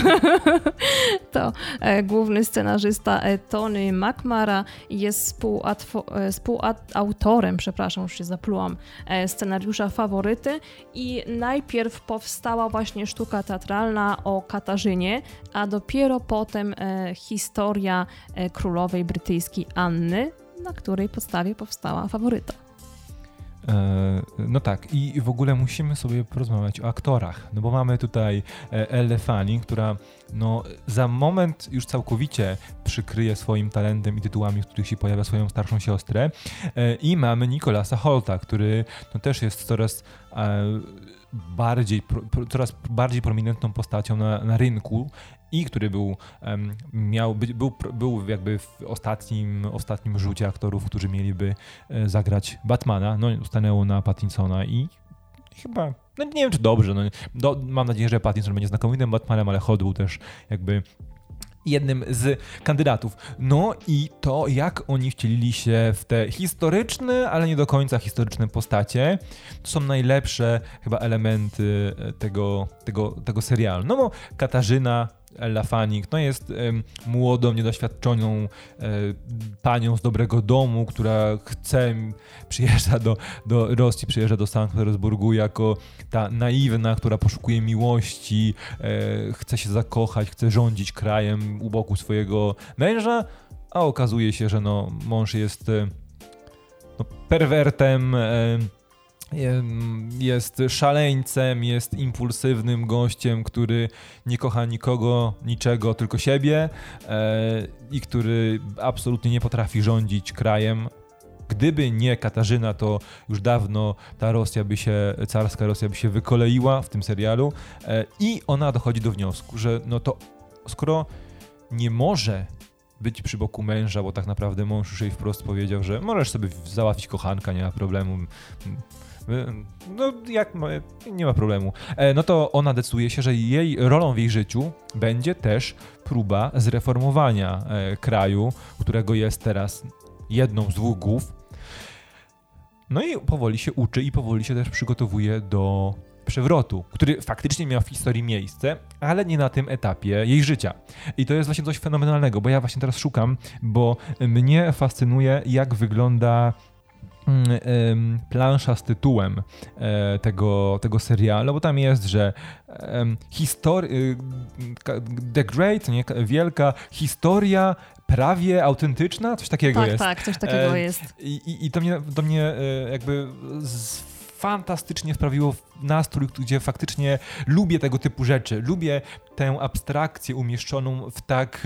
to e, główny scenarzysta e, Tony McNamara jest współatwo- e, współautorem, przepraszam, już się zaplułam, e, scenariusza Faworyty i najpierw powstała właśnie sztuka teatralna o Katarzynie, a dopiero potem e, historia e, królowej brytyjskiej Anny, na której podstawie powstała Faworyta. E, no tak, i w ogóle musimy sobie porozmawiać o aktorach, no bo mamy tutaj Elle Fanning, która no, za moment już całkowicie przykryje swoim talentem i tytułami, w których się pojawia swoją starszą siostrę, e, i mamy Nicholasa Holta, który no, też jest coraz e, bardziej, pro, coraz bardziej prominentną postacią na, na rynku i który był, um, miał być, był, był jakby w ostatnim, ostatnim rzucie aktorów, którzy mieliby e, zagrać Batmana. No, stanęło na Pattinsona i chyba, no nie wiem czy dobrze, no, do, mam nadzieję, że Pattinson będzie znakomitym Batmanem, ale Hood był też jakby jednym z kandydatów. No i to, jak oni wcielili się w te historyczne, ale nie do końca historyczne postacie, to są najlepsze chyba elementy tego, tego, tego serialu. No bo Katarzyna Ella Fanning no jest um, młodą, niedoświadczoną um, panią z dobrego domu, która chce, przyjeżdża do, do Rosji, przyjeżdża do Sankt Petersburgu jako ta naiwna, która poszukuje miłości, um, chce się zakochać, chce rządzić krajem u boku swojego męża, a okazuje się, że no, mąż jest um, no, perwertem, um, jest szaleńcem, jest impulsywnym gościem, który nie kocha nikogo, niczego, tylko siebie e, i który absolutnie nie potrafi rządzić krajem. Gdyby nie Katarzyna, to już dawno ta Rosja by się, carska Rosja by się wykoleiła w tym serialu e, i ona dochodzi do wniosku, że no to skoro nie może być przy boku męża, bo tak naprawdę mąż już jej wprost powiedział, że możesz sobie załatwić kochanka, nie ma problemu. No jak, nie ma problemu. No to ona decyduje się, że jej rolą w jej życiu będzie też próba zreformowania kraju, którego jest teraz jedną z dwóch głów. No i powoli się uczy i powoli się też przygotowuje do przewrotu, który faktycznie miał w historii miejsce, ale nie na tym etapie jej życia. I to jest właśnie coś fenomenalnego, bo ja właśnie teraz szukam, bo mnie fascynuje, jak wygląda plansza z tytułem tego, tego serialu, bo tam jest, że histori- The Great, nie, wielka historia prawie autentyczna, coś takiego tak, jest. Tak, tak, coś takiego e, jest. I, i to mnie, to mnie jakby z, fantastycznie sprawiło nastrój, gdzie faktycznie lubię tego typu rzeczy. Lubię tę abstrakcję umieszczoną w tak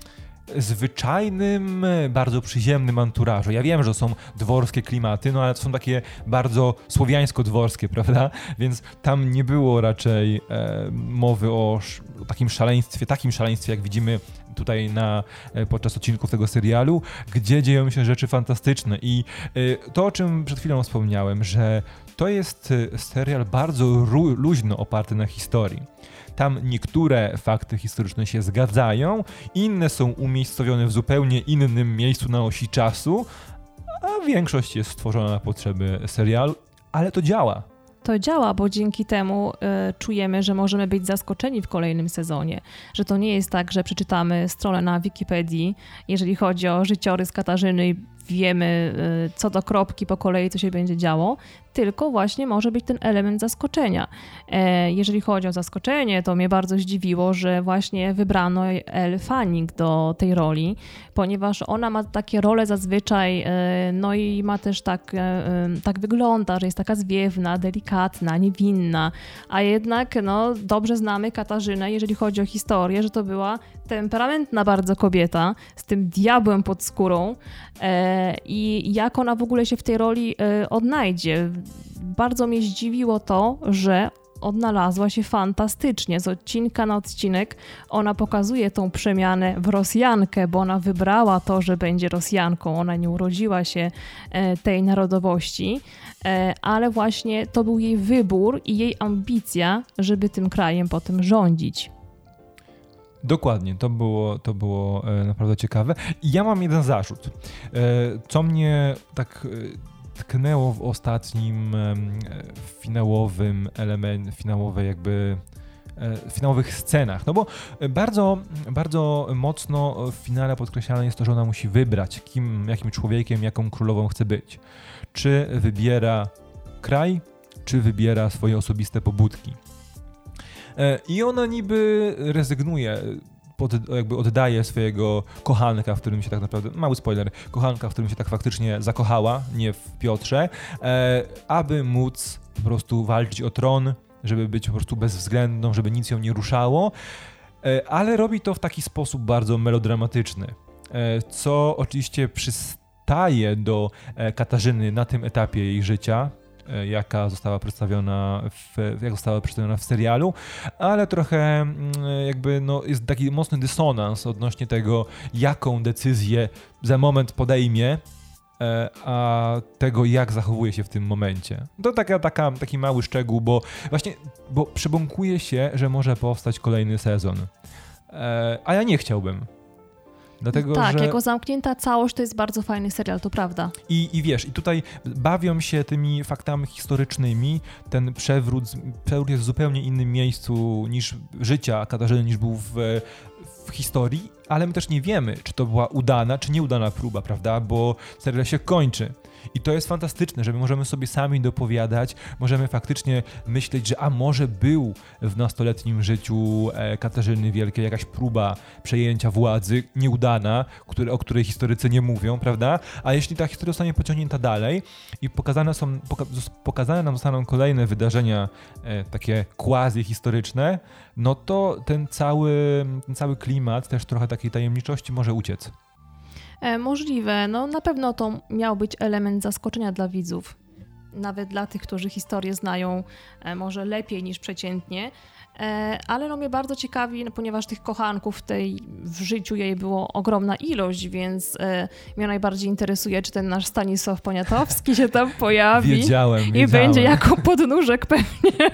zwyczajnym, bardzo przyziemnym anturażu. Ja wiem, że są dworskie klimaty, no ale to są takie bardzo słowiańsko-dworskie, prawda? Więc tam nie było raczej e, mowy o, sz, o takim szaleństwie, takim szaleństwie, jak widzimy tutaj na, e, podczas odcinków tego serialu, gdzie dzieją się rzeczy fantastyczne. I e, to, o czym przed chwilą wspomniałem, że to jest serial bardzo ru, luźno oparty na historii. Tam niektóre fakty historyczne się zgadzają, inne są umiejscowione w zupełnie innym miejscu na osi czasu, a większość jest stworzona na potrzeby serialu, ale to działa. To działa, bo dzięki temu y, czujemy, że możemy być zaskoczeni w kolejnym sezonie. Że to nie jest tak, że przeczytamy stronę na Wikipedii, jeżeli chodzi o życiorys Katarzyny i wiemy y, co do kropki po kolei, co się będzie działo, tylko właśnie może być ten element zaskoczenia. E, jeżeli chodzi o zaskoczenie, to mnie bardzo zdziwiło, że właśnie wybrano Elle Fanning do tej roli, ponieważ ona ma takie role zazwyczaj, e, no i ma też tak, e, tak wygląda, że jest taka zwiewna, delikatna, niewinna, a jednak no, dobrze znamy Katarzynę, jeżeli chodzi o historię, że to była temperamentna bardzo kobieta z tym diabłem pod skórą e, i jak ona w ogóle się w tej roli e, odnajdzie. Bardzo mnie zdziwiło to, że odnalazła się fantastycznie. Z odcinka na odcinek ona pokazuje tą przemianę w Rosjankę, bo ona wybrała to, że będzie Rosjanką. Ona nie urodziła się e, tej narodowości, e, ale właśnie to był jej wybór i jej ambicja, żeby tym krajem potem rządzić. Dokładnie, to było, to było e, naprawdę ciekawe. I ja mam jeden zarzut, e, co mnie tak e, tknęło w ostatnim e, finałowym element, finałowej jakby e, finałowych scenach, no bo bardzo, bardzo mocno w finale podkreślane jest to, że ona musi wybrać, kim, jakim człowiekiem, jaką królową chce być. Czy wybiera kraj, czy wybiera swoje osobiste pobudki. I ona niby rezygnuje, pod, jakby oddaje swojego kochanka, w którym się tak naprawdę, mały spoiler, kochanka, w którym się tak faktycznie zakochała, nie w Piotrze, e, aby móc po prostu walczyć o tron, żeby być po prostu bezwzględną, żeby nic ją nie ruszało, e, ale robi to w taki sposób bardzo melodramatyczny, e, co oczywiście przystaje do e, Katarzyny na tym etapie jej życia, jaka została przedstawiona w, jak została przedstawiona w serialu, ale trochę jakby no, jest taki mocny dysonans odnośnie tego, jaką decyzję za moment podejmie, a tego, jak zachowuje się w tym momencie. To taka, taka, taki mały szczegół, bo właśnie bo przebąkuje się, że może powstać kolejny sezon. A ja nie chciałbym. Dlatego, tak, że... jako zamknięta całość to jest bardzo fajny serial, to prawda. I, I wiesz, i tutaj bawią się tymi faktami historycznymi, ten przewrót, przewrót jest w zupełnie innym miejscu niż życia Katarzyny, niż był w, w historii, ale my też nie wiemy, czy to była udana, czy nieudana próba, prawda, bo serial się kończy. I to jest fantastyczne, że my możemy sobie sami dopowiadać, możemy faktycznie myśleć, że a może był w nastoletnim życiu Katarzyny Wielkiej jakaś próba przejęcia władzy nieudana, który, o której historycy nie mówią, prawda? A jeśli ta historia zostanie pociągnięta dalej i pokazane, są, poka- pokazane nam zostaną kolejne wydarzenia e, takie quasi-historyczne, no to ten cały, ten cały klimat też trochę takiej tajemniczości może uciec. Możliwe. No na pewno to miał być element zaskoczenia dla widzów. Nawet dla tych, którzy historię znają może lepiej niż przeciętnie. Ale no mnie bardzo ciekawi, no, ponieważ tych kochanków tej, w życiu jej było ogromna ilość, więc e, mnie najbardziej interesuje, czy ten nasz Stanisław Poniatowski się tam pojawi. Wiedziałem, I wiedziałem. będzie jako podnóżek pewnie.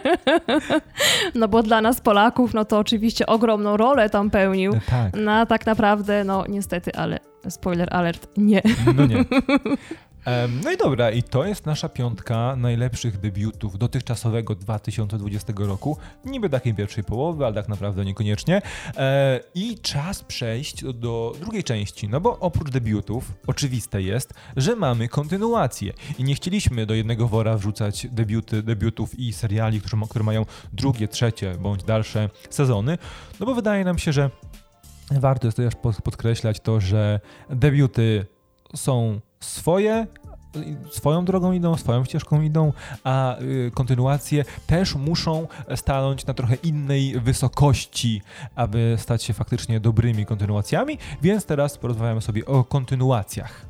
No bo dla nas Polaków, no to oczywiście ogromną rolę tam pełnił. Tak. No a tak naprawdę, no niestety, ale spoiler alert, nie. No nie. No i dobra, i to jest nasza piątka najlepszych debiutów dotychczasowego dwa tysiące dwudziestego roku. Niby takiej pierwszej połowy, ale tak naprawdę niekoniecznie. I czas przejść do drugiej części, no bo oprócz debiutów oczywiste jest, że mamy kontynuację. I nie chcieliśmy do jednego wora wrzucać debiuty, debiutów i seriali, które, które mają drugie, trzecie bądź dalsze sezony, no bo wydaje nam się, że warto jest też podkreślać to, że debiuty są swoje, swoją drogą idą, swoją ścieżką idą, a y, kontynuacje też muszą stanąć na trochę innej wysokości, aby stać się faktycznie dobrymi kontynuacjami, więc teraz porozmawiamy sobie o kontynuacjach.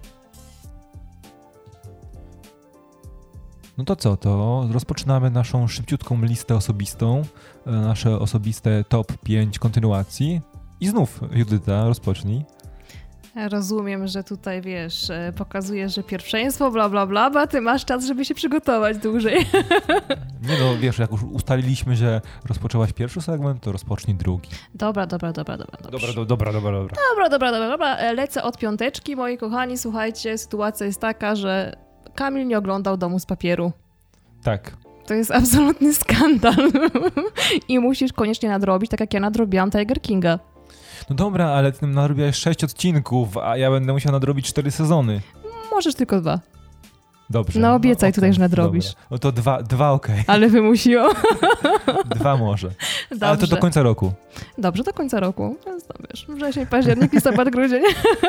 No to co, to rozpoczynamy naszą szybciutką listę osobistą, nasze osobiste top pięć kontynuacji i znów, Judyta, rozpocznij. Rozumiem, że tutaj, wiesz, pokazujesz, że pierwszeństwo, bla, bla, bla, a ty masz czas, żeby się przygotować dłużej. Nie no, wiesz, jak już ustaliliśmy, że rozpoczęłaś pierwszy segment, to rozpocznij drugi. Dobra, dobra, dobra, dobra. Dobra, do, dobra, dobra, dobra. Dobra, dobra, dobra, dobra. Lecę od piąteczki, moi kochani. Słuchajcie, sytuacja jest taka, że Kamil nie oglądał Domu z papieru. Tak. To jest absolutny skandal. I musisz koniecznie nadrobić, tak jak ja nadrobiłam Tiger Kinga. No dobra, ale ty nadrobiłeś sześć odcinków, a ja będę musiał nadrobić cztery sezony. Możesz tylko dwa. Dobrze. No obiecaj no, tutaj, okay, że nadrobisz. Dobra. No to dwa, dwa okej. Okay. Ale wymusiło. Dwa może. Dobrze. Ale to do końca roku. Dobrze, do końca roku. Więc to wiesz, wrzesień, październik, listopad, grudzień.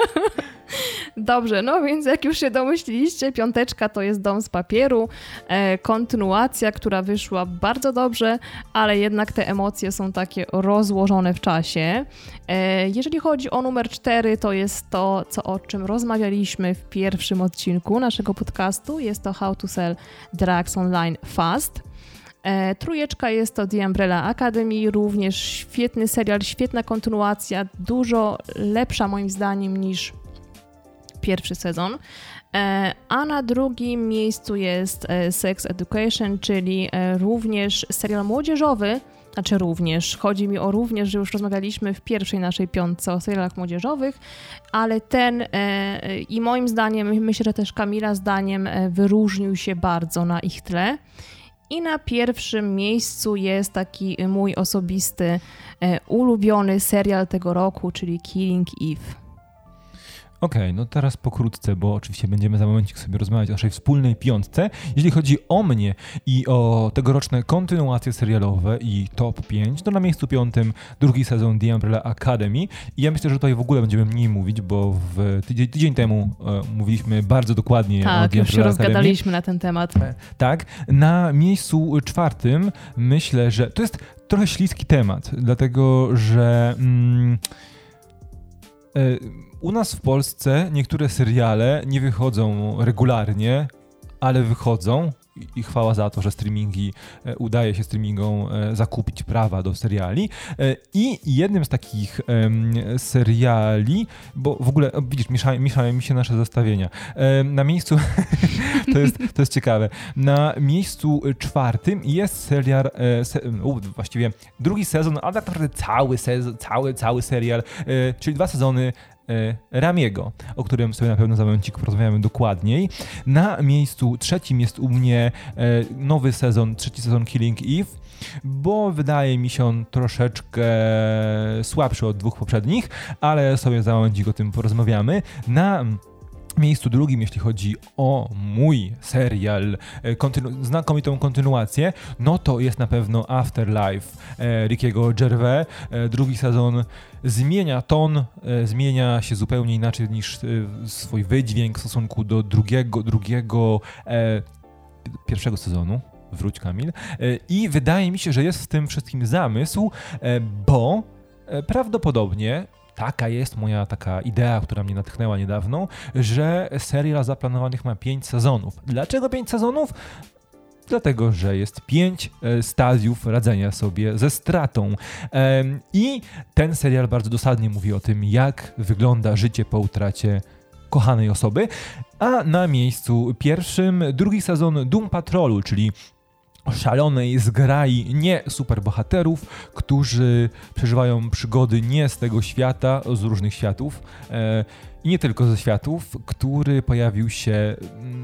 Dobrze, no więc jak już się domyśliliście, piąteczka to jest Dom z papieru, e, kontynuacja, która wyszła bardzo dobrze, ale jednak te emocje są takie rozłożone w czasie. E, jeżeli chodzi o numer cztery, to jest to, co, o czym rozmawialiśmy w pierwszym odcinku naszego podcastu. Jest to How to Sell Drugs Online Fast. E, trójeczka jest to The Umbrella Academy, również świetny serial, świetna kontynuacja, dużo lepsza moim zdaniem niż pierwszy sezon. E, a na drugim miejscu jest e, Sex Education, czyli e, również serial młodzieżowy, znaczy również, chodzi mi o również, że już rozmawialiśmy w pierwszej naszej piątce o serialach młodzieżowych, ale ten e, i moim zdaniem, myślę, że też Kamila zdaniem e, wyróżnił się bardzo na ich tle. I na pierwszym miejscu jest taki mój osobisty, e, ulubiony serial tego roku, czyli Killing Eve. Okej, okay, no teraz pokrótce, bo oczywiście będziemy za momencik sobie rozmawiać o naszej wspólnej piątce. Jeśli chodzi o mnie i o tegoroczne kontynuacje serialowe i top pięć, to na miejscu piątym drugi sezon The Umbrella Academy. I ja myślę, że tutaj w ogóle będziemy mniej mówić, bo w tydzień, tydzień temu e, mówiliśmy bardzo dokładnie tak, o The Umbrella Academy. Tak, już się rozgadaliśmy na ten temat. E, tak, na miejscu czwartym myślę, że to jest trochę śliski temat, dlatego że... Mm, e, U nas w Polsce niektóre seriale nie wychodzą regularnie, ale wychodzą i chwała za to, że streamingi, e, udaje się streamingom e, zakupić prawa do seriali. E, I jednym z takich e, seriali, bo w ogóle, o, widzisz, mieszają, mieszają mi się nasze zestawienia. E, na miejscu, to, jest, to jest ciekawe, na miejscu czwartym jest serial, e, se, u, właściwie drugi sezon, ale tak naprawdę cały sezon, cały, cały serial, e, czyli dwa sezony Ramiego, o którym sobie na pewno za momencik porozmawiamy dokładniej. Na miejscu trzecim jest u mnie nowy sezon, trzeci sezon Killing Eve, bo wydaje mi się on troszeczkę słabszy od dwóch poprzednich, ale sobie za momencik o tym porozmawiamy. Na miejscu drugim, jeśli chodzi o mój serial, kontynu- znakomitą kontynuację, no to jest na pewno Afterlife e, Rickiego Gervais. E, drugi sezon zmienia ton, e, zmienia się zupełnie inaczej niż e, swój wydźwięk w stosunku do drugiego, drugiego e, pierwszego sezonu. Wróć, Kamil. E, I wydaje mi się, że jest w tym wszystkim zamysł, e, bo e, prawdopodobnie taka jest moja taka idea, która mnie natchnęła niedawno, że serial zaplanowanych ma pięć sezonów. Dlaczego pięć sezonów? Dlatego, że jest pięć e, stadiów radzenia sobie ze stratą. E, I ten serial bardzo dosadnie mówi o tym, jak wygląda życie po utracie kochanej osoby. A na miejscu pierwszym drugi sezon Doom Patrolu, czyli szalonej zgrai nie superbohaterów, którzy przeżywają przygody nie z tego świata, z różnych światów e, i nie tylko ze światów, który pojawił się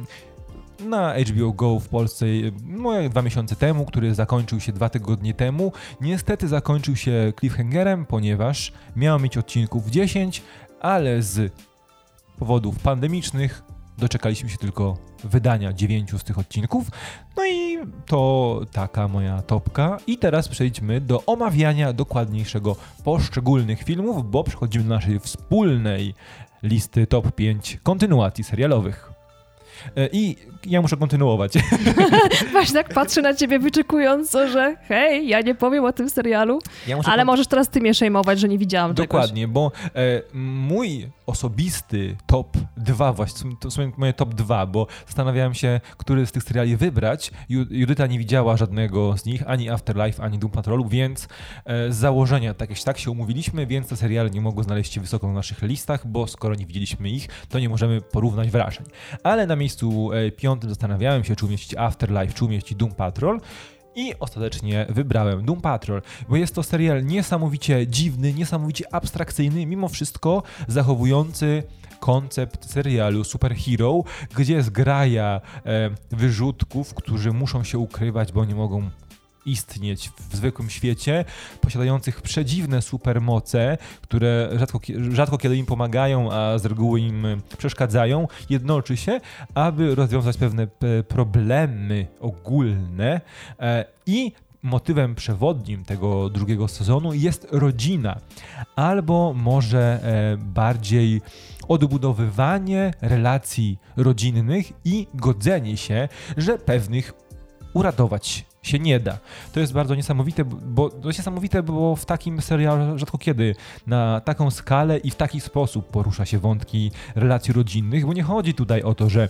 na H B O Go w Polsce no, jak dwa miesiące temu, który zakończył się dwa tygodnie temu. Niestety zakończył się cliffhangerem, ponieważ miał mieć odcinków dziesięć, ale z powodów pandemicznych doczekaliśmy się tylko wydania dziewięciu z tych odcinków. No i to taka moja topka. I teraz przejdźmy do omawiania dokładniejszego poszczególnych filmów, bo przechodzimy do naszej wspólnej listy top pięć kontynuacji serialowych. I ja muszę kontynuować. Właśnie tak patrzę na ciebie wyczekująco, że hej, ja nie powiem o tym serialu, ja ale kont- możesz teraz ty mnie szejmować, że nie widziałam czegoś. Dokładnie, bo e, mój osobisty top dwa, właśnie to są moje top dwa, bo zastanawiałem się, który z tych seriali wybrać. Judyta nie widziała żadnego z nich, ani Afterlife, ani Doom Patrolu, więc e, z założenia tak, tak się umówiliśmy, więc te seriale nie mogły znaleźć się wysoko na naszych listach, bo skoro nie widzieliśmy ich, to nie możemy porównać wrażeń. Ale na miejscu e, piątym zastanawiałem się, czy umieścić Afterlife, czy umieścić Doom Patrol. I ostatecznie wybrałem Doom Patrol, bo jest to serial niesamowicie dziwny, niesamowicie abstrakcyjny, mimo wszystko zachowujący koncept serialu superhero, gdzie jest graja e, wyrzutków, którzy muszą się ukrywać, bo nie mogą istnieć w zwykłym świecie, posiadających przedziwne supermoce, które rzadko, rzadko kiedy im pomagają, a z reguły im przeszkadzają, jednoczy się, aby rozwiązać pewne problemy ogólne e, i motywem przewodnim tego drugiego sezonu jest rodzina, albo może e, bardziej odbudowywanie relacji rodzinnych i godzenie się, że pewnych uratować się nie da. To jest bardzo niesamowite, bo to jest niesamowite, bo w takim serialu rzadko kiedy na taką skalę i w taki sposób porusza się wątki relacji rodzinnych, bo nie chodzi tutaj o to, że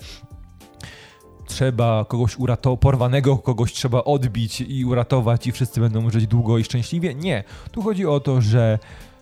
trzeba kogoś uratować, porwanego kogoś trzeba odbić i uratować i wszyscy będą żyć długo i szczęśliwie. Nie. Tu chodzi o to, że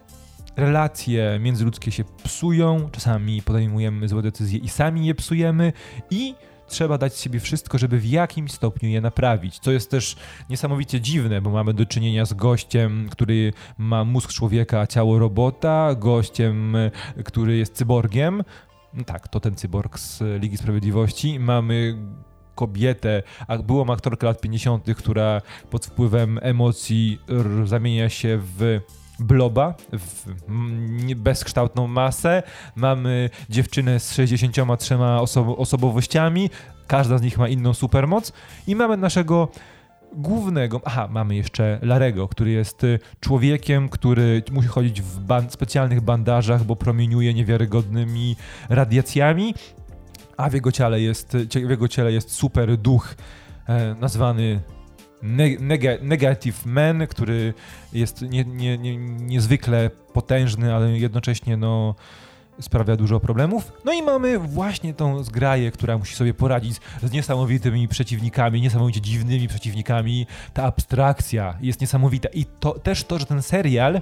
relacje międzyludzkie się psują, czasami podejmujemy złe decyzje i sami je psujemy i trzeba dać z siebie wszystko, żeby w jakimś stopniu je naprawić. Co jest też niesamowicie dziwne, bo mamy do czynienia z gościem, który ma mózg człowieka, a ciało robota, gościem, który jest cyborgiem. No tak, to ten cyborg z Ligi Sprawiedliwości. Mamy kobietę, a byłą aktorkę lat pięćdziesiątych, która pod wpływem emocji r- zamienia się w bloba, w bezkształtną masę. Mamy dziewczynę z sześćdziesięcioma trzema oso- osobowościami, każda z nich ma inną supermoc i mamy naszego głównego, aha, mamy jeszcze Larego, który jest człowiekiem, który musi chodzić w ban- specjalnych bandażach, bo promieniuje niewiarygodnymi radiacjami, a w jego ciele jest, w jego ciele jest super duch e, nazwany Neg- Negative Man, który jest nie, nie, nie, niezwykle potężny, ale jednocześnie no, sprawia dużo problemów. No i mamy właśnie tą zgraję, która musi sobie poradzić z niesamowitymi przeciwnikami, niesamowicie dziwnymi przeciwnikami. Ta abstrakcja jest niesamowita i to też to, że ten serial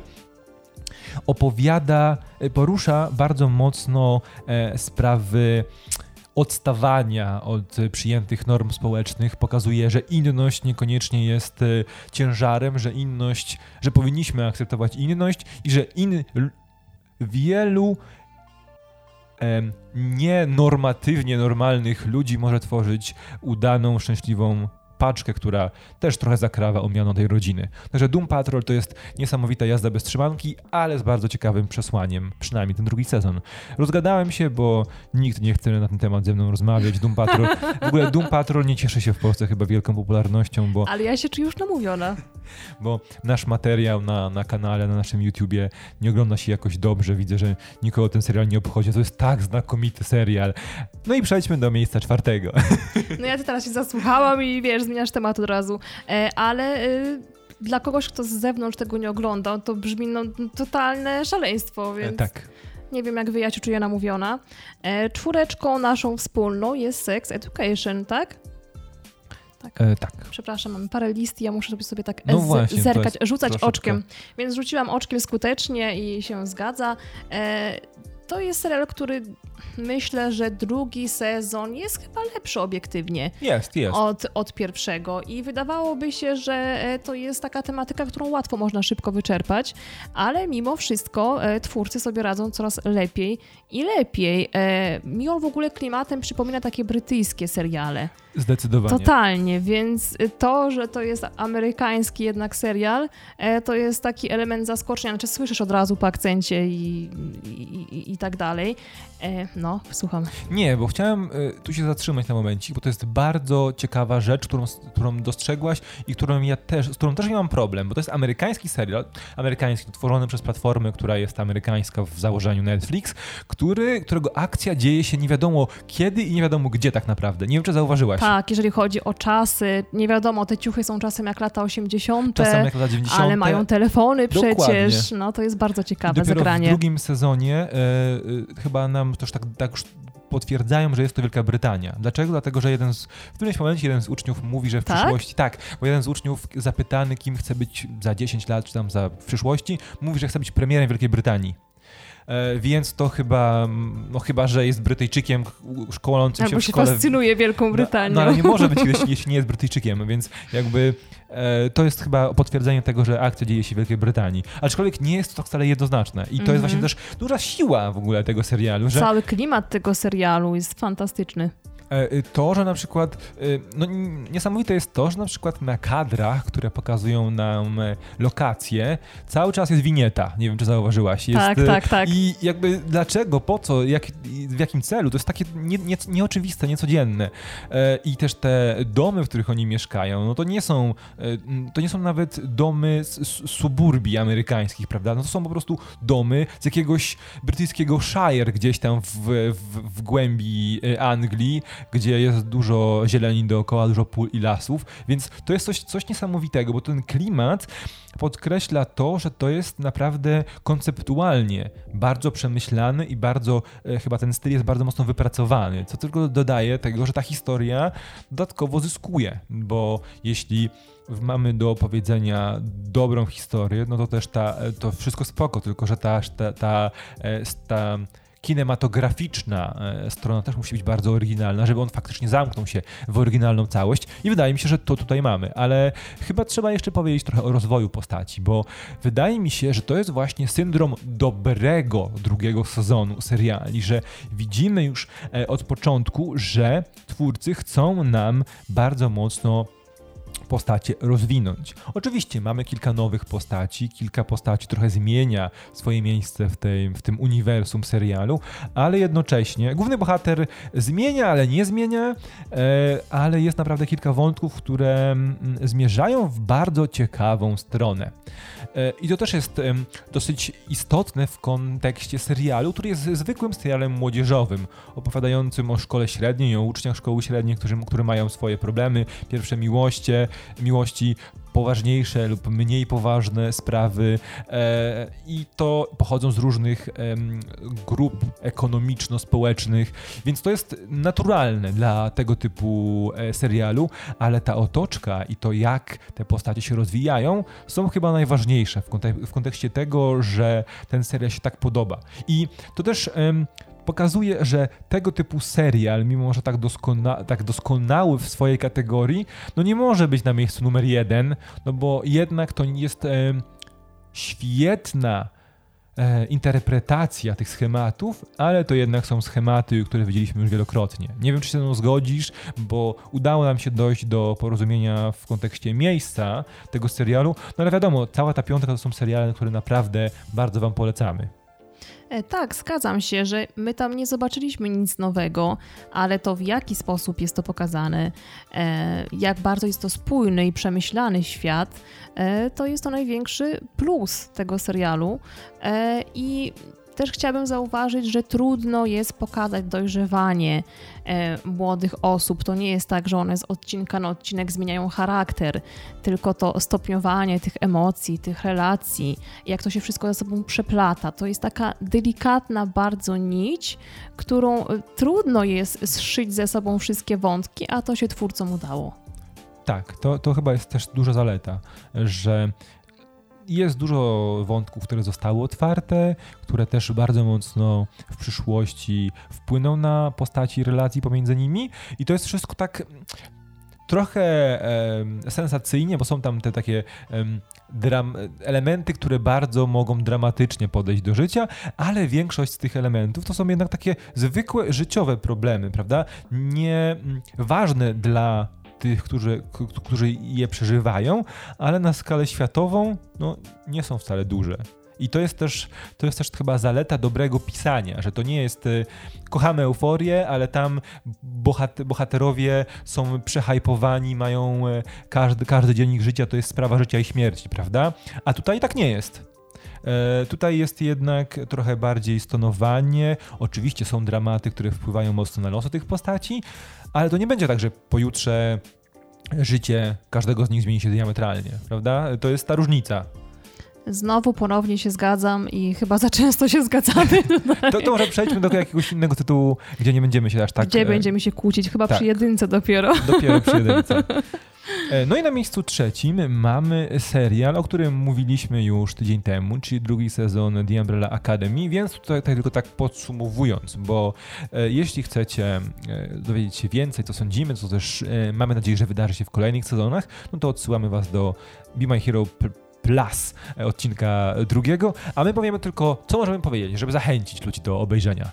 opowiada, porusza bardzo mocno e, sprawy odstawania od przyjętych norm społecznych, pokazuje, że inność niekoniecznie jest e, ciężarem, że inność, że powinniśmy akceptować inność i że in, wielu e, nienormatywnie normalnych ludzi może tworzyć udaną, szczęśliwą paczkę, która też trochę zakrawa o miano tej rodziny. Także Doom Patrol to jest niesamowita jazda bez trzymanki, ale z bardzo ciekawym przesłaniem, przynajmniej ten drugi sezon. Rozgadałem się, bo nikt nie chce na ten temat ze mną rozmawiać. Doom Patrol, w ogóle Doom Patrol nie cieszy się w Polsce chyba wielką popularnością, bo... Ale ja się czuję już namówiona. Bo nasz materiał na, na kanale, na naszym YouTubie nie ogląda się jakoś dobrze. Widzę, że nikogo ten serial nie obchodzi. To jest tak znakomity serial. No i przejdźmy do miejsca czwartego. No ja teraz się zasłuchałam i wiesz, zmieniasz temat od razu. E, ale e, dla kogoś, kto z zewnątrz tego nie oglądał, to brzmi no, totalne szaleństwo, więc... E, tak. Nie wiem, jak wy, ja się czuję namówiona. E, czwóreczką naszą wspólną jest Sex Education, tak? Tak. E, tak. Przepraszam, mam parę list i ja muszę sobie, sobie tak no z- właśnie, zerkać, rzucać troszeczkę. oczkiem. Więc rzuciłam oczkiem skutecznie i się zgadza. E, to jest serial, który myślę, że drugi sezon jest chyba lepszy obiektywnie. Jest, jest. Od, od pierwszego i wydawałoby się, że e, to jest taka tematyka, którą łatwo można szybko wyczerpać, ale mimo wszystko e, twórcy sobie radzą coraz lepiej i lepiej. E, mi on w ogóle klimatem przypomina takie brytyjskie seriale. Zdecydowanie. Totalnie, więc to, że to jest amerykański jednak serial, e, to jest taki element zaskoczenia, znaczy słyszysz od razu po akcencie i, i, i, i tak dalej. E, no, słucham. Nie, bo chciałem y, tu się zatrzymać na momencik, bo to jest bardzo ciekawa rzecz, którą, którą dostrzegłaś i którą ja też, z którą też nie mam problem, bo to jest amerykański serial, amerykański, tworzony przez platformę, która jest amerykańska w założeniu Netflix, który, którego akcja dzieje się nie wiadomo kiedy i nie wiadomo gdzie tak naprawdę. Nie wiem, czy zauważyłaś. Tak, jeżeli chodzi o czasy, nie wiadomo, te ciuchy są czasem jak lata osiemdziesiąte, Czasem jak lata dziewięćdziesiąte. ale mają telefony przecież, Dokładnie. no to jest bardzo ciekawe Dopiero zagranie. w drugim sezonie e, e, chyba nam też tak, tak już potwierdzają, że jest to Wielka Brytania. Dlaczego? Dlatego, że jeden z, w którymś momencie jeden z uczniów mówi, że w tak? przyszłości... Tak, bo jeden z uczniów zapytany, kim chce być za dziesięć lat, czy tam za w przyszłości, mówi, że chce być premierem Wielkiej Brytanii. E, więc to chyba, no chyba, że jest Brytyjczykiem szkolącym Albo się w się szkole... fascynuje Wielką Brytanią. No, no ale nie może być, jeśli, jeśli nie jest Brytyjczykiem, więc jakby e, to jest chyba potwierdzenie tego, że akcja dzieje się w Wielkiej Brytanii. Aczkolwiek nie jest to wcale jednoznaczne i to mm-hmm. jest właśnie też duża siła w ogóle tego serialu. Że cały klimat tego serialu jest fantastyczny. To, że na przykład, no niesamowite jest to, że na przykład na kadrach, które pokazują nam lokacje, cały czas jest winieta. Nie wiem, czy zauważyłaś. Jest, tak, tak, tak. I jakby dlaczego, po co, jak, w jakim celu? To jest takie nie, nie, nieoczywiste, niecodzienne. I też te domy, w których oni mieszkają, no to nie są, to nie są nawet domy z suburbii amerykańskich, prawda? No to są po prostu domy z jakiegoś brytyjskiego Shire gdzieś tam w, w, w głębi Anglii, gdzie jest dużo zieleni dookoła, dużo pól i lasów, więc to jest coś, coś niesamowitego, bo ten klimat podkreśla to, że to jest naprawdę konceptualnie bardzo przemyślany i bardzo, e, chyba ten styl jest bardzo mocno wypracowany, co tylko dodaje tego, że ta historia dodatkowo zyskuje, bo jeśli mamy do opowiedzenia dobrą historię, no to też ta, to wszystko spoko, tylko że ta, ta, ta, ta kinematograficzna strona też musi być bardzo oryginalna, żeby on faktycznie zamknął się w oryginalną całość i wydaje mi się, że to tutaj mamy, ale chyba trzeba jeszcze powiedzieć trochę o rozwoju postaci, bo wydaje mi się, że to jest właśnie syndrom dobrego drugiego sezonu seriali, że widzimy już od początku, że twórcy chcą nam bardzo mocno postacie rozwinąć. Oczywiście mamy kilka nowych postaci, kilka postaci trochę zmienia swoje miejsce w, tej, w tym uniwersum serialu, ale jednocześnie główny bohater zmienia, ale nie zmienia, e, ale jest naprawdę kilka wątków, które m, zmierzają w bardzo ciekawą stronę. E, I to też jest e, dosyć istotne w kontekście serialu, który jest zwykłym serialem młodzieżowym, opowiadającym o szkole średniej, o uczniach szkoły średniej, którzy, które mają swoje problemy, pierwsze miłości, miłości, poważniejsze lub mniej poważne sprawy e, i to pochodzą z różnych e, grup ekonomiczno-społecznych, więc to jest naturalne dla tego typu e, serialu, ale ta otoczka i to, jak te postacie się rozwijają, są chyba najważniejsze w, kontek- w kontekście tego, że ten serial się tak podoba. I to też em, pokazuje, że tego typu serial, mimo że tak, doskona- tak doskonały w swojej kategorii, no nie może być na miejscu numer jeden, no bo jednak to jest em, świetna e, interpretacja tych schematów, ale to jednak są schematy, które widzieliśmy już wielokrotnie. Nie wiem, czy się ze mną zgodzisz, bo udało nam się dojść do porozumienia w kontekście miejsca tego serialu, no ale wiadomo, cała ta piątka to są seriale, które naprawdę bardzo wam polecamy. E, tak, zgadzam się, że my tam nie zobaczyliśmy nic nowego, ale to w jaki sposób jest to pokazane, e, jak bardzo jest to spójny i przemyślany świat, e, to jest to największy plus tego serialu e, i też chciałabym zauważyć, że trudno jest pokazać dojrzewanie e, młodych osób. To nie jest tak, że one z odcinka na odcinek zmieniają charakter, tylko to stopniowanie tych emocji, tych relacji, jak to się wszystko ze sobą przeplata. To jest taka delikatna bardzo nić, którą trudno jest zszyć ze sobą wszystkie wątki, a to się twórcom udało. Tak, to, to chyba jest też duża zaleta, że jest dużo wątków, które zostały otwarte, które też bardzo mocno w przyszłości wpłyną na postaci relacji pomiędzy nimi i to jest wszystko tak trochę e, sensacyjnie, bo są tam te takie e, dram, elementy, które bardzo mogą dramatycznie podejść do życia, ale większość z tych elementów to są jednak takie zwykłe życiowe problemy, prawda? Nie ważne dla tych, którzy, k- którzy je przeżywają, ale na skalę światową no, nie są wcale duże. I to jest też, to jest też chyba zaleta dobrego pisania, że to nie jest y, kochamy euforię, ale tam bohat- bohaterowie są przehajpowani, mają y, każdy, każdy dzień ich życia to jest sprawa życia i śmierci, prawda? A tutaj tak nie jest. E, tutaj jest jednak trochę bardziej stonowanie. Oczywiście są dramaty, które wpływają mocno na losy tych postaci, ale to nie będzie tak, że pojutrze życie każdego z nich zmieni się diametralnie, prawda? To jest ta różnica. Znowu ponownie się zgadzam i chyba za często się zgadzamy. To, to może przejdźmy do jakiegoś innego tytułu, gdzie nie będziemy się aż tak... Gdzie będziemy się kłócić? Chyba tak. przy jedynce dopiero. Dopiero przy jedynce. No i na miejscu trzecim mamy serial, o którym mówiliśmy już tydzień temu, czyli drugi sezon The Umbrella Academy, więc tutaj, tutaj tylko tak podsumowując, bo e, jeśli chcecie e, dowiedzieć się więcej, co sądzimy, co też e, mamy nadzieję, że wydarzy się w kolejnych sezonach, no to odsyłamy was do Be My Hero Plus odcinka drugiego, a my powiemy tylko, co możemy powiedzieć, żeby zachęcić ludzi do obejrzenia.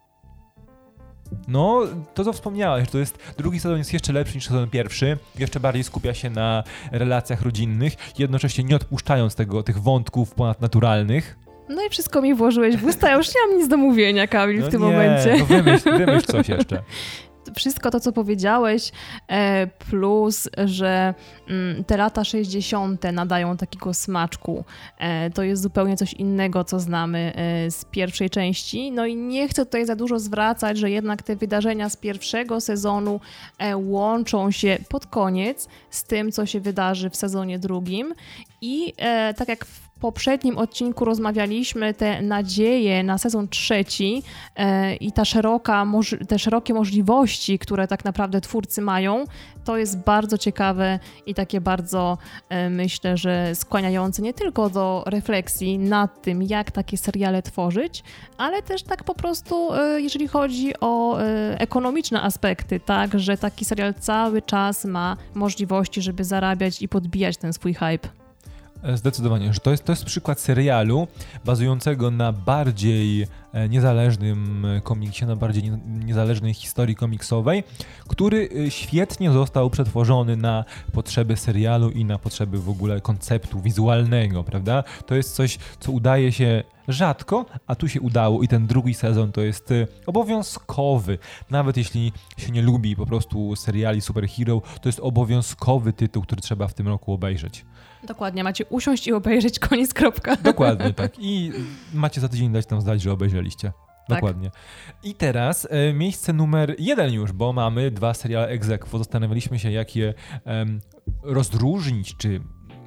No, to co wspomniałeś, że to jest, drugi sezon jest jeszcze lepszy niż sezon pierwszy, jeszcze bardziej skupia się na relacjach rodzinnych, jednocześnie nie odpuszczając tego, tych wątków ponadnaturalnych. No i wszystko mi włożyłeś w usta, ja już nie mam nic do mówienia, Kamil, no w tym nie, momencie. No wymyśl, wymyśl coś jeszcze. Wszystko to, co powiedziałeś, plus, że te lata sześćdziesiąte nadają takiego smaczku. To jest zupełnie coś innego, co znamy z pierwszej części. No i nie chcę tutaj za dużo zwracać, że jednak te wydarzenia z pierwszego sezonu łączą się pod koniec z tym, co się wydarzy w sezonie drugim. I tak jak w poprzednim odcinku rozmawialiśmy, te nadzieje na sezon trzeci e, i ta szeroka, moż- te szerokie możliwości, które tak naprawdę twórcy mają, to jest bardzo ciekawe i takie bardzo, e, myślę, że skłaniające nie tylko do refleksji nad tym, jak takie seriale tworzyć, ale też tak po prostu, e, jeżeli chodzi o e, ekonomiczne aspekty, tak, że taki serial cały czas ma możliwości, żeby zarabiać i podbijać ten swój hype. Zdecydowanie, że to jest, to jest przykład serialu bazującego na bardziej niezależnym komiksie, na bardziej nie, niezależnej historii komiksowej, który świetnie został przetworzony na potrzeby serialu i na potrzeby w ogóle konceptu wizualnego, prawda? To jest coś, co udaje się rzadko, a tu się udało i ten drugi sezon to jest obowiązkowy. Nawet jeśli się nie lubi po prostu seriali superhero, to jest obowiązkowy tytuł, który trzeba w tym roku obejrzeć. Dokładnie, macie usiąść i obejrzeć, koniec, kropka. Dokładnie, tak. I macie za tydzień dać nam znać, że obejrzeliście. Dokładnie. Tak. I teraz e, miejsce numer jeden już, bo mamy dwa seriale ex aequo. Zastanawialiśmy się, jak je um, rozróżnić, czy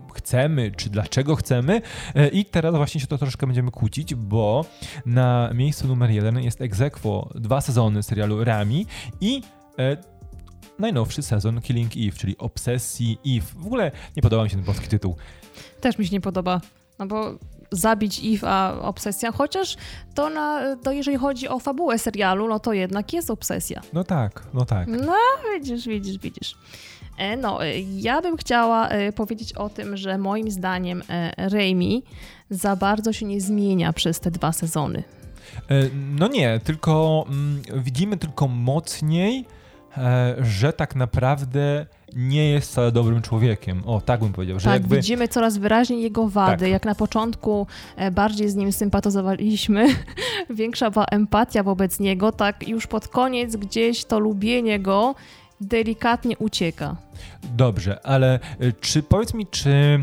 chcemy, czy dlaczego chcemy. I teraz właśnie się to troszeczkę będziemy kłócić, bo na miejscu numer jeden jest ex aequo dwa sezony serialu Rami i e, najnowszy sezon Killing Eve, czyli Obsesji Eve. W ogóle nie podoba mi się ten polski tytuł. Też mi się nie podoba, no bo zabić Eve, a obsesja, chociaż to, na, to jeżeli chodzi o fabułę serialu, no to jednak jest obsesja. No tak, no tak. No widzisz, widzisz, widzisz. No, ja bym chciała powiedzieć o tym, że moim zdaniem Raimi za bardzo się nie zmienia przez te dwa sezony. No nie, tylko mm, widzimy tylko mocniej, e, że tak naprawdę nie jest wcale dobrym człowiekiem. O, tak bym powiedział. Że tak, jakby... widzimy coraz wyraźniej jego wady. Tak. Jak na początku bardziej z nim sympatyzowaliśmy, większa była empatia wobec niego, tak już pod koniec gdzieś to lubienie go delikatnie ucieka. Dobrze, ale czy powiedz mi, czy...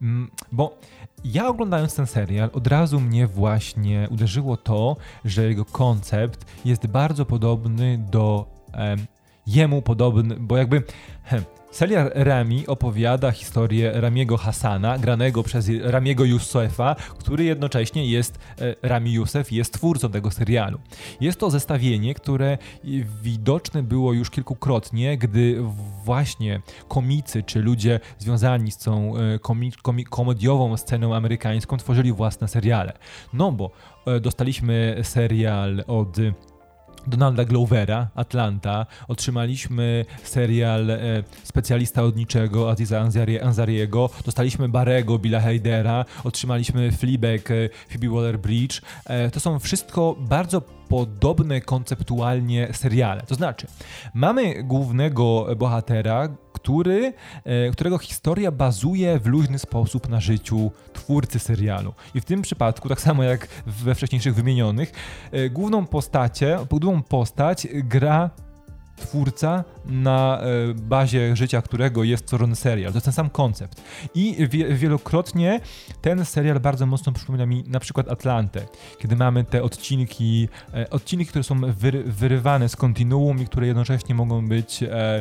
Bo ja oglądając ten serial, od razu mnie właśnie uderzyło to, że jego koncept jest bardzo podobny do... Em, jemu podobny, bo jakby... He, serial Rami opowiada historię Ramiego Hassana, granego przez Ramiego Youssefa, który jednocześnie jest, Rami Youssef jest twórcą tego serialu. Jest to zestawienie, które widoczne było już kilkukrotnie, gdy właśnie komicy czy ludzie związani z tą komi- komi- komediową sceną amerykańską tworzyli własne seriale. No bo dostaliśmy serial od Donalda Glovera, Atlanta, otrzymaliśmy serial e, Specjalista od niczego, Aziza Ansari- Ansariego, dostaliśmy Barrego, Billa Hadera, otrzymaliśmy Fleabag, e, Phoebe Waller-Bridge. E, to są wszystko bardzo podobne konceptualnie seriale. To znaczy, mamy głównego bohatera, który, e, którego historia bazuje w luźny sposób na życiu twórcy serialu. I w tym przypadku, tak samo jak we wcześniejszych wymienionych, e, główną postacię, główną postać gra twórca, na e, bazie życia którego jest tworzony serial. To jest ten sam koncept. I wie, wielokrotnie ten serial bardzo mocno przypomina mi na przykład Atlantę, kiedy mamy te odcinki, e, odcinki, które są wyry, wyrywane z kontinuum i które jednocześnie mogą być e,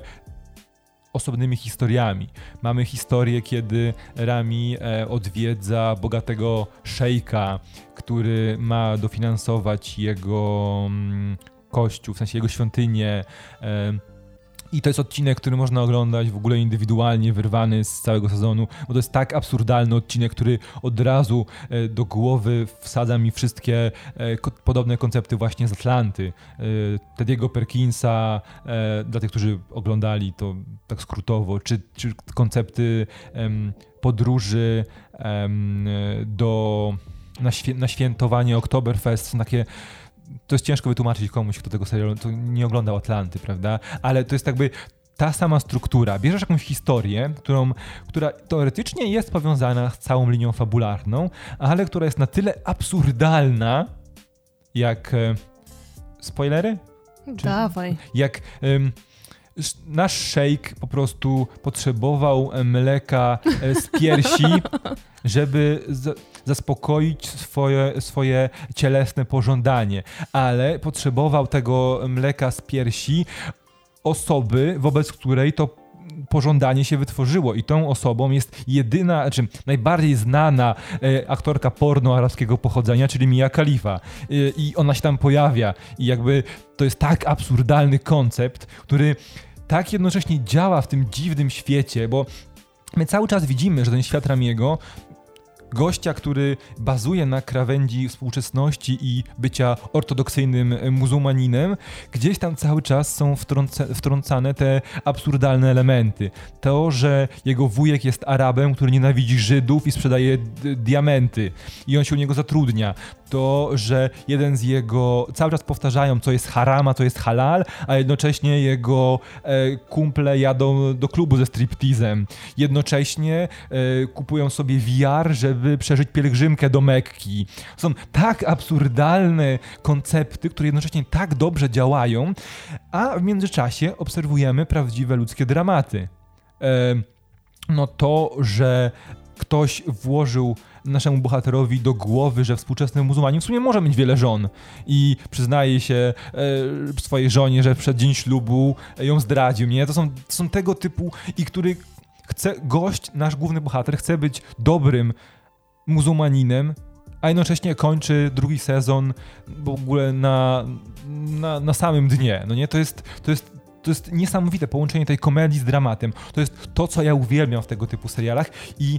osobnymi historiami. Mamy historię, kiedy Rami e, odwiedza bogatego szejka, który ma dofinansować jego mm, kościół, w sensie jego świątynię. E, I to jest odcinek, który można oglądać w ogóle indywidualnie, wyrwany z całego sezonu, bo to jest tak absurdalny odcinek, który od razu e, do głowy wsadza mi wszystkie e, ko- podobne koncepty właśnie z Atlanty. E, Tediego Perkinsa, e, dla tych, którzy oglądali to tak skrótowo, czy, czy koncepty em, podróży em, do, na, świe- na świętowanie Oktoberfest, są takie. To jest ciężko wytłumaczyć komuś, kto tego serialu to nie oglądał Atlanty, prawda? Ale to jest jakby ta sama struktura. Bierzesz jakąś historię, którą, która teoretycznie jest powiązana z całą linią fabularną, ale która jest na tyle absurdalna, jak... E, spoilery? Czy, Dawaj. Jak... E, nasz szejk po prostu potrzebował mleka z piersi, żeby z, zaspokoić swoje, swoje cielesne pożądanie, ale potrzebował tego mleka z piersi osoby, wobec której to pożądanie się wytworzyło i tą osobą jest jedyna, znaczy najbardziej znana e, aktorka porno arabskiego pochodzenia, czyli Mia Khalifa. E, I ona się tam pojawia i jakby to jest tak absurdalny koncept, który tak jednocześnie działa w tym dziwnym świecie, bo my cały czas widzimy, że ten świat Ramiego, gościa, który bazuje na krawędzi współczesności i bycia ortodoksyjnym muzułmaninem, gdzieś tam cały czas są wtrące, wtrącane te absurdalne elementy. To, że jego wujek jest Arabem, który nienawidzi Żydów i sprzedaje d- diamenty i on się u niego zatrudnia. To, że jeden z jego... Cały czas powtarzają, co jest haram, a co jest halal, a jednocześnie jego e, kumple jadą do klubu ze striptizem. Jednocześnie e, kupują sobie V R, żeby przeżyć pielgrzymkę do Mekki. Są tak absurdalne koncepty, które jednocześnie tak dobrze działają, a w międzyczasie obserwujemy prawdziwe ludzkie dramaty. E, no to, że ktoś włożył naszemu bohaterowi do głowy, że współczesny muzułmanin w sumie może mieć wiele żon i przyznaje się e, swojej żonie, że przed dzień ślubu ją zdradził, nie? To są, to są tego typu i który chce, gość, nasz główny bohater chce być dobrym muzułmaninem, a jednocześnie kończy drugi sezon w ogóle na, na, na samym dnie. No nie? To jest, to jest, to jest niesamowite połączenie tej komedii z dramatem. To jest to, co ja uwielbiam w tego typu serialach i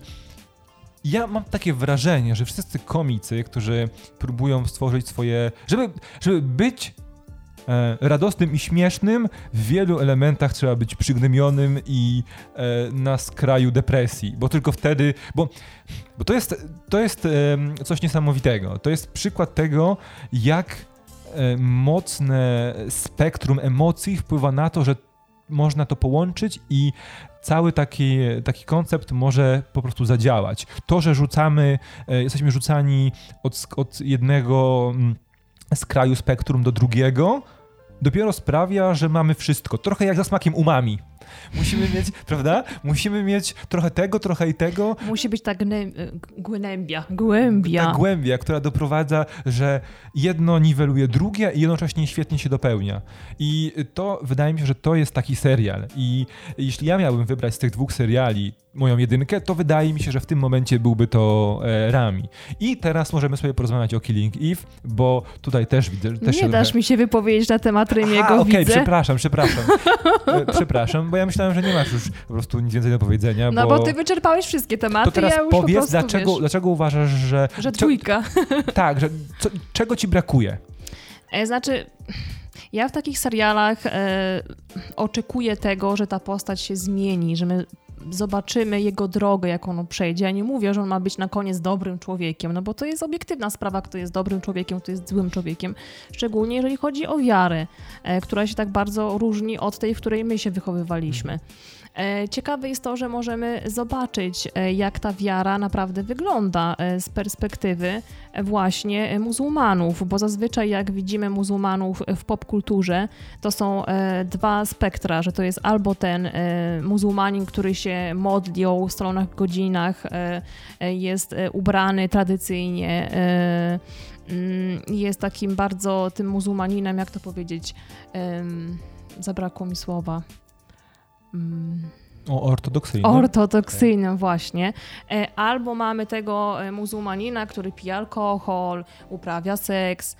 ja mam takie wrażenie, że wszyscy komicy, którzy próbują stworzyć swoje... Żeby, żeby być e, radosnym i śmiesznym, w wielu elementach trzeba być przygnębionym i e, na skraju depresji, bo tylko wtedy... Bo, bo to jest, to jest e, coś niesamowitego. To jest przykład tego, jak e, mocne spektrum emocji wpływa na to, że można to połączyć i cały taki, taki koncept może po prostu zadziałać. To, że rzucamy, jesteśmy rzucani od, od jednego skraju spektrum do drugiego, dopiero sprawia, że mamy wszystko. Trochę jak za smakiem umami. Musimy mieć, prawda? Musimy mieć trochę tego, trochę i tego. Musi być ta gne- głębia, głębia. Ta głębia, która doprowadza, że jedno niweluje drugie i jednocześnie świetnie się dopełnia. I to, wydaje mi się, że to jest taki serial. I jeśli ja miałbym wybrać z tych dwóch seriali moją jedynkę, to wydaje mi się, że w tym momencie byłby to e, Rami. I teraz możemy sobie porozmawiać o Killing Eve, bo tutaj też widzę... Też Nie się dasz trochę... mi się wypowiedzieć na temat Ramiego, okej, okay, widzę. przepraszam, przepraszam. e, przepraszam, bo ja myślałem, że nie masz już po prostu nic więcej do powiedzenia. No bo, bo ty wyczerpałeś wszystkie tematy, to teraz ja już powiedz, po prostu, dlaczego, wiesz, dlaczego uważasz, że... że dwójka. Tak, że co, czego ci brakuje? E, znaczy... Ja w takich serialach e, oczekuję tego, że ta postać się zmieni, że my zobaczymy jego drogę, jak on przejdzie. Ja nie mówię, że on ma być na koniec dobrym człowiekiem, no bo to jest obiektywna sprawa, kto jest dobrym człowiekiem, kto jest złym człowiekiem. Szczególnie jeżeli chodzi o wiarę, e, która się tak bardzo różni od tej, w której my się wychowywaliśmy. Ciekawe jest to, że możemy zobaczyć, jak ta wiara naprawdę wygląda z perspektywy właśnie muzułmanów, bo zazwyczaj jak widzimy muzułmanów w popkulturze, to są dwa spektra, że to jest albo ten muzułmanin, który się modli o ustalonych godzinach, jest ubrany tradycyjnie, jest takim bardzo tym muzułmaninem, jak to powiedzieć, zabrakło mi słowa. O, ortodoksyjnym. Ortodoksyjnym, okay. Właśnie. Albo mamy tego muzułmanina, który pije alkohol, uprawia seks,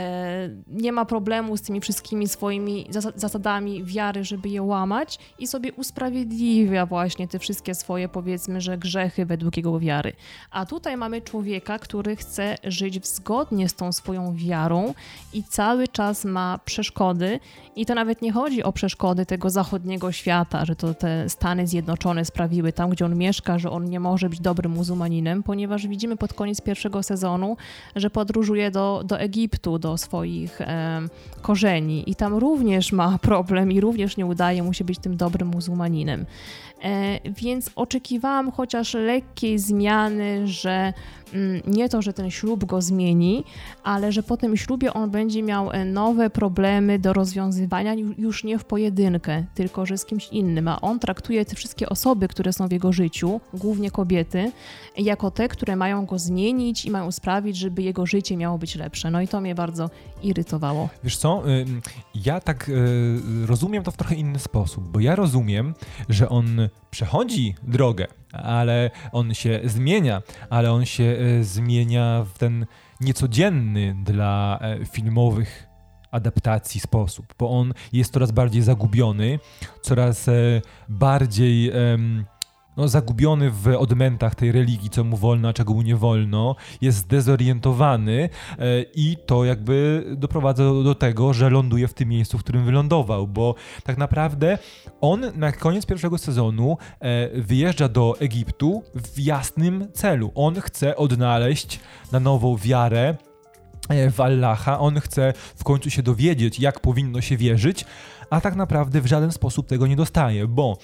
nie ma problemu z tymi wszystkimi swoimi zasadami wiary, żeby je łamać i sobie usprawiedliwia właśnie te wszystkie swoje, powiedzmy, że grzechy według jego wiary. A tutaj mamy człowieka, który chce żyć zgodnie z tą swoją wiarą i cały czas ma przeszkody i to nawet nie chodzi o przeszkody tego zachodniego świata, że to te Stany Zjednoczone sprawiły tam, gdzie on mieszka, że on nie może być dobrym muzułmaninem, ponieważ widzimy pod koniec pierwszego sezonu, że podróżuje do, do Egiptu, do swoich e, korzeni i tam również ma problem i również nie udaje mu się być tym dobrym muzułmaninem. E, więc oczekiwałam chociaż lekkiej zmiany, że mm, nie to, że ten ślub go zmieni, ale że po tym ślubie on będzie miał nowe problemy do rozwiązywania już nie w pojedynkę, tylko że z kimś innym, a on traktuje te wszystkie osoby, które są w jego życiu, głównie kobiety, jako te, które mają go zmienić i mają sprawić, żeby jego życie miało być lepsze. No i to mnie bardzo irytowało. Wiesz co, ja tak rozumiem to w trochę inny sposób, bo ja rozumiem, że on przechodzi drogę, ale on się zmienia, ale on się zmienia w ten niecodzienny dla filmowych adaptacji sposób, bo on jest coraz bardziej zagubiony, coraz bardziej no, zagubiony w odmętach tej religii, co mu wolno, a czego mu nie wolno, jest zdezorientowany e, i to jakby doprowadza do, do tego, że ląduje w tym miejscu, w którym wylądował, bo tak naprawdę on na koniec pierwszego sezonu e, wyjeżdża do Egiptu w jasnym celu. On chce odnaleźć na nowo wiarę w Allaha, on chce w końcu się dowiedzieć, jak powinno się wierzyć, a tak naprawdę w żaden sposób tego nie dostaje, bo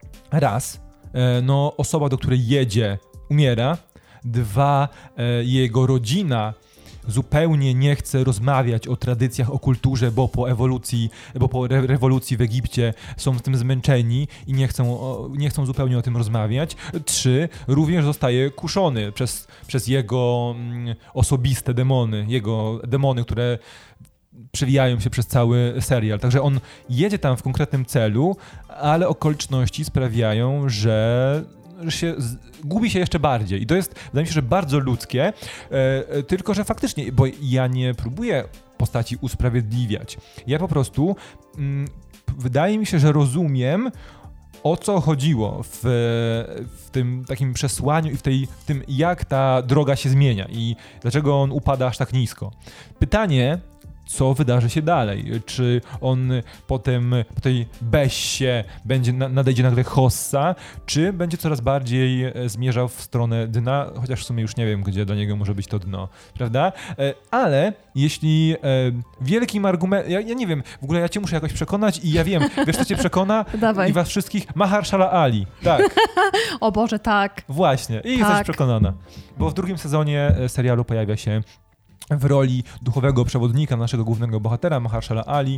raz, no osoba, do której jedzie, umiera, dwa, jego rodzina zupełnie nie chce rozmawiać o tradycjach, o kulturze, bo po ewolucji, bo po re- rewolucji w Egipcie są w tym zmęczeni i nie chcą, o, nie chcą zupełnie o tym rozmawiać. Trzy, również zostaje kuszony przez, przez jego mm, osobiste demony, jego demony, które przewijają się przez cały serial. Także on jedzie tam w konkretnym celu, ale okoliczności sprawiają, że się z, gubi się jeszcze bardziej. I to jest, wydaje mi się, że bardzo ludzkie, e, tylko że faktycznie, bo ja nie próbuję postaci usprawiedliwiać. Ja po prostu mm, wydaje mi się, że rozumiem, o co chodziło w, w tym takim przesłaniu i w, tej, w tym, jak ta droga się zmienia i dlaczego on upada aż tak nisko. Pytanie, co wydarzy się dalej? Czy on potem po tej Bessie będzie, nadejdzie nagle hossa, czy będzie coraz bardziej zmierzał w stronę dna, chociaż w sumie już nie wiem, gdzie dla niego może być to dno, prawda? Ale jeśli wielkim argumentem, ja, ja nie wiem, w ogóle ja cię muszę jakoś przekonać i ja wiem, wiesz co cię przekona? Dawaj. I was wszystkich? Mahershala Ali, tak. O Boże, tak. Właśnie, i tak. Jesteś przekonana. Bo w drugim sezonie serialu pojawia się w roli duchowego przewodnika naszego głównego bohatera, Mahershala Ali.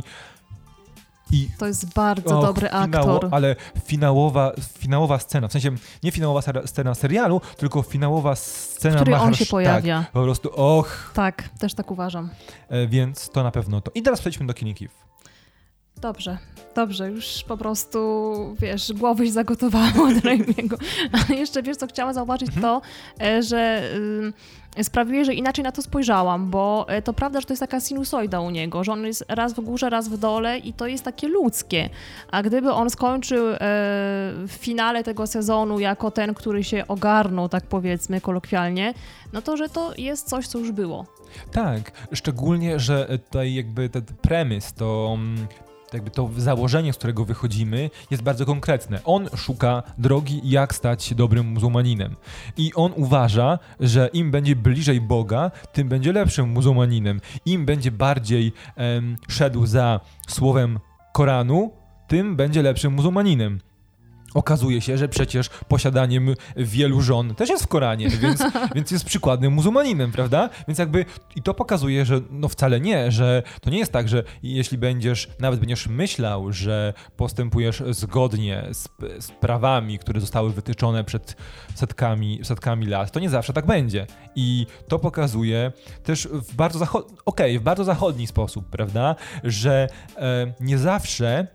I, to jest bardzo och, dobry finało, aktor. Ale finałowa, finałowa scena, w sensie nie finałowa ser, scena serialu, tylko finałowa scena, w której Mahersh, on się pojawia. Tak, po prostu och. Tak, też tak uważam. E, więc to na pewno to. I teraz przejdźmy do Killing Eve. Dobrze, dobrze, już po prostu, wiesz, głowy się zagotowało od Raimiego. Ale jeszcze, wiesz co, chciałam zauważyć mhm. to, że y, sprawiło, że inaczej na to spojrzałam, bo to prawda, że to jest taka sinusoida u niego, że on jest raz w górze, raz w dole i to jest takie ludzkie. A gdyby on skończył y, w finale tego sezonu jako ten, który się ogarnął, tak powiedzmy kolokwialnie, no to, że to jest coś, co już było. Tak, szczególnie, że tutaj jakby ten premis, to... jakby to założenie, z którego wychodzimy, jest bardzo konkretne. On szuka drogi, jak stać się dobrym muzułmaninem. I on uważa, że im będzie bliżej Boga, tym będzie lepszym muzułmaninem. Im będzie bardziej em, szedł za słowem Koranu, tym będzie lepszym muzułmaninem. Okazuje się, że przecież posiadaniem wielu żon też jest w Koranie, więc, więc jest przykładnym muzułmaninem, prawda? Więc jakby i to pokazuje, że no wcale nie, że to nie jest tak, że jeśli będziesz, nawet będziesz myślał, że postępujesz zgodnie z, z prawami, które zostały wytyczone przed setkami, setkami lat, to nie zawsze tak będzie. I to pokazuje też w bardzo, zacho- okej, w bardzo zachodni sposób, prawda? Że e, nie zawsze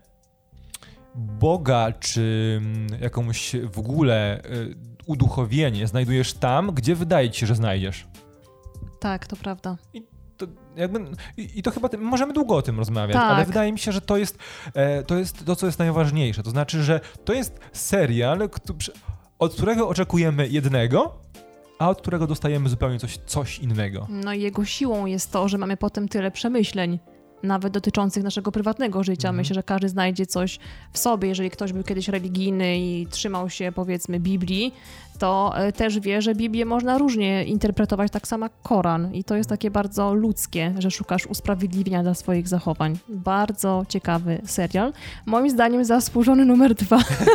Boga, czy jakąś w ogóle y, uduchowienie znajdujesz tam, gdzie wydaje ci się, że znajdziesz. Tak, to prawda. I to, jakby, i, i to chyba, możemy długo o tym rozmawiać, tak. ale wydaje mi się, że to jest, e, to jest to, co jest najważniejsze. To znaczy, że to jest serial, który, od którego oczekujemy jednego, a od którego dostajemy zupełnie coś, coś innego. No i jego siłą jest to, że mamy potem tyle przemyśleń, nawet dotyczących naszego prywatnego życia. Mhm. Myślę, że każdy znajdzie coś w sobie. Jeżeli ktoś był kiedyś religijny i trzymał się, powiedzmy, Biblii, to też wie, że Biblię można różnie interpretować, tak samo jak Koran. I to jest takie bardzo ludzkie, że szukasz usprawiedliwienia dla swoich zachowań. Bardzo ciekawy serial. Moim zdaniem zasłużony numer dwa.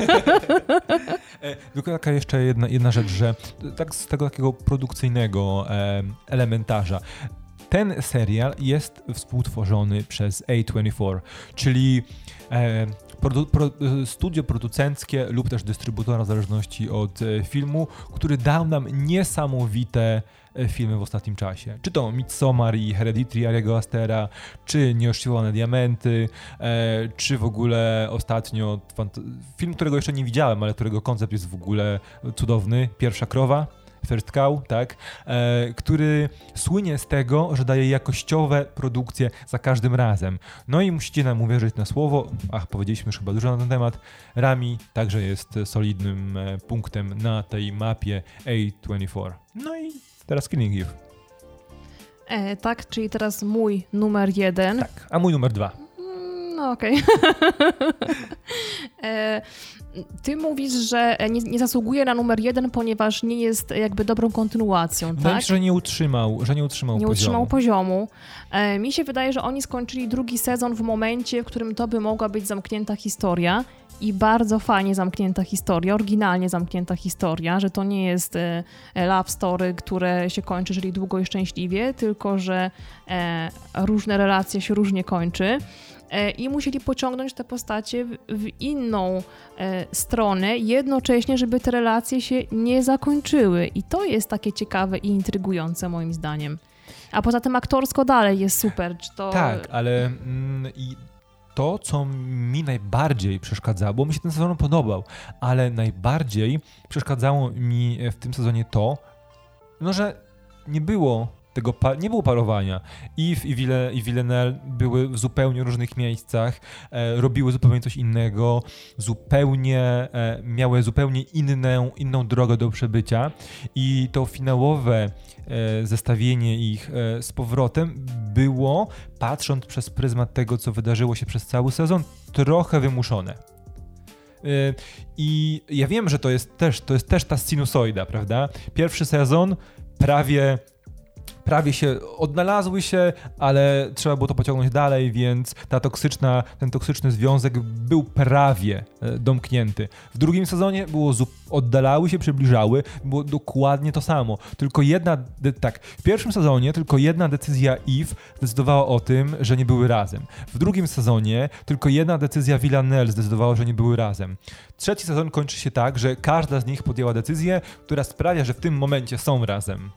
Tylko taka jeszcze jedna, jedna rzecz, że tak z tego takiego produkcyjnego e, elementarza. Ten serial jest współtworzony przez A dwadzieścia cztery, czyli e, produ, pro, studio producenckie lub też dystrybutora w zależności od e, filmu, który dał nam niesamowite e, filmy w ostatnim czasie. Czy to Midsommar i Hereditary Ariego Astera, czy Nieoszczędzone Diamenty, e, czy w ogóle ostatnio fant- film, którego jeszcze nie widziałem, ale którego koncept jest w ogóle cudowny, Pierwsza krowa. First Cow, tak, e, który słynie z tego, że daje jakościowe produkcje za każdym razem. No i musicie nam uwierzyć na słowo, ach, powiedzieliśmy już chyba dużo na ten temat, Rami także jest solidnym e, punktem na tej mapie A dwadzieścia cztery. No i teraz Killing Eve. E, tak, czyli teraz mój numer jeden. Tak, a mój numer dwa. No okej. Okay. Ty mówisz, że nie, nie zasługuje na numer jeden, ponieważ nie jest jakby dobrą kontynuacją, tak? Wydaje mi się, że nie utrzymał, że nie utrzymał nie poziomu. utrzymał poziomu. E, mi się wydaje, że oni skończyli drugi sezon w momencie, w którym to by mogła być zamknięta historia i bardzo fajnie zamknięta historia, oryginalnie zamknięta historia, że to nie jest e, love story, które się kończy, jeżeli długo i szczęśliwie, tylko że e, różne relacje się różnie kończy. I musieli pociągnąć te postacie w, w inną e, stronę, jednocześnie, żeby te relacje się nie zakończyły. I to jest takie ciekawe i intrygujące moim zdaniem. A poza tym aktorsko dalej jest super. Czy to... Tak, ale mm, i to, co mi najbardziej przeszkadzało, bo mi się ten sezon podobał, ale najbardziej przeszkadzało mi w tym sezonie to, no, że nie było tego, pa- nie było parowania. Eve i, Ville- i Villanelle były w zupełnie różnych miejscach, e, robiły zupełnie coś innego, zupełnie, e, miały zupełnie inną, inną drogę do przebycia i to finałowe e, zestawienie ich e, z powrotem było, patrząc przez pryzmat tego, co wydarzyło się przez cały sezon, trochę wymuszone. E, I ja wiem, że to jest też, to jest też ta sinusoida, prawda? Pierwszy sezon prawie prawie się odnalazły się, ale trzeba było to pociągnąć dalej, więc ta toksyczna, ten toksyczny związek był prawie domknięty. W drugim sezonie było oddalały się, przybliżały, było dokładnie to samo. Tylko jedna, tak, w pierwszym sezonie tylko jedna decyzja Eve zdecydowała o tym, że nie były razem. W drugim sezonie tylko jedna decyzja Villanelle zdecydowała, że nie były razem. Trzeci sezon kończy się tak, że każda z nich podjęła decyzję, która sprawia, że w tym momencie są razem.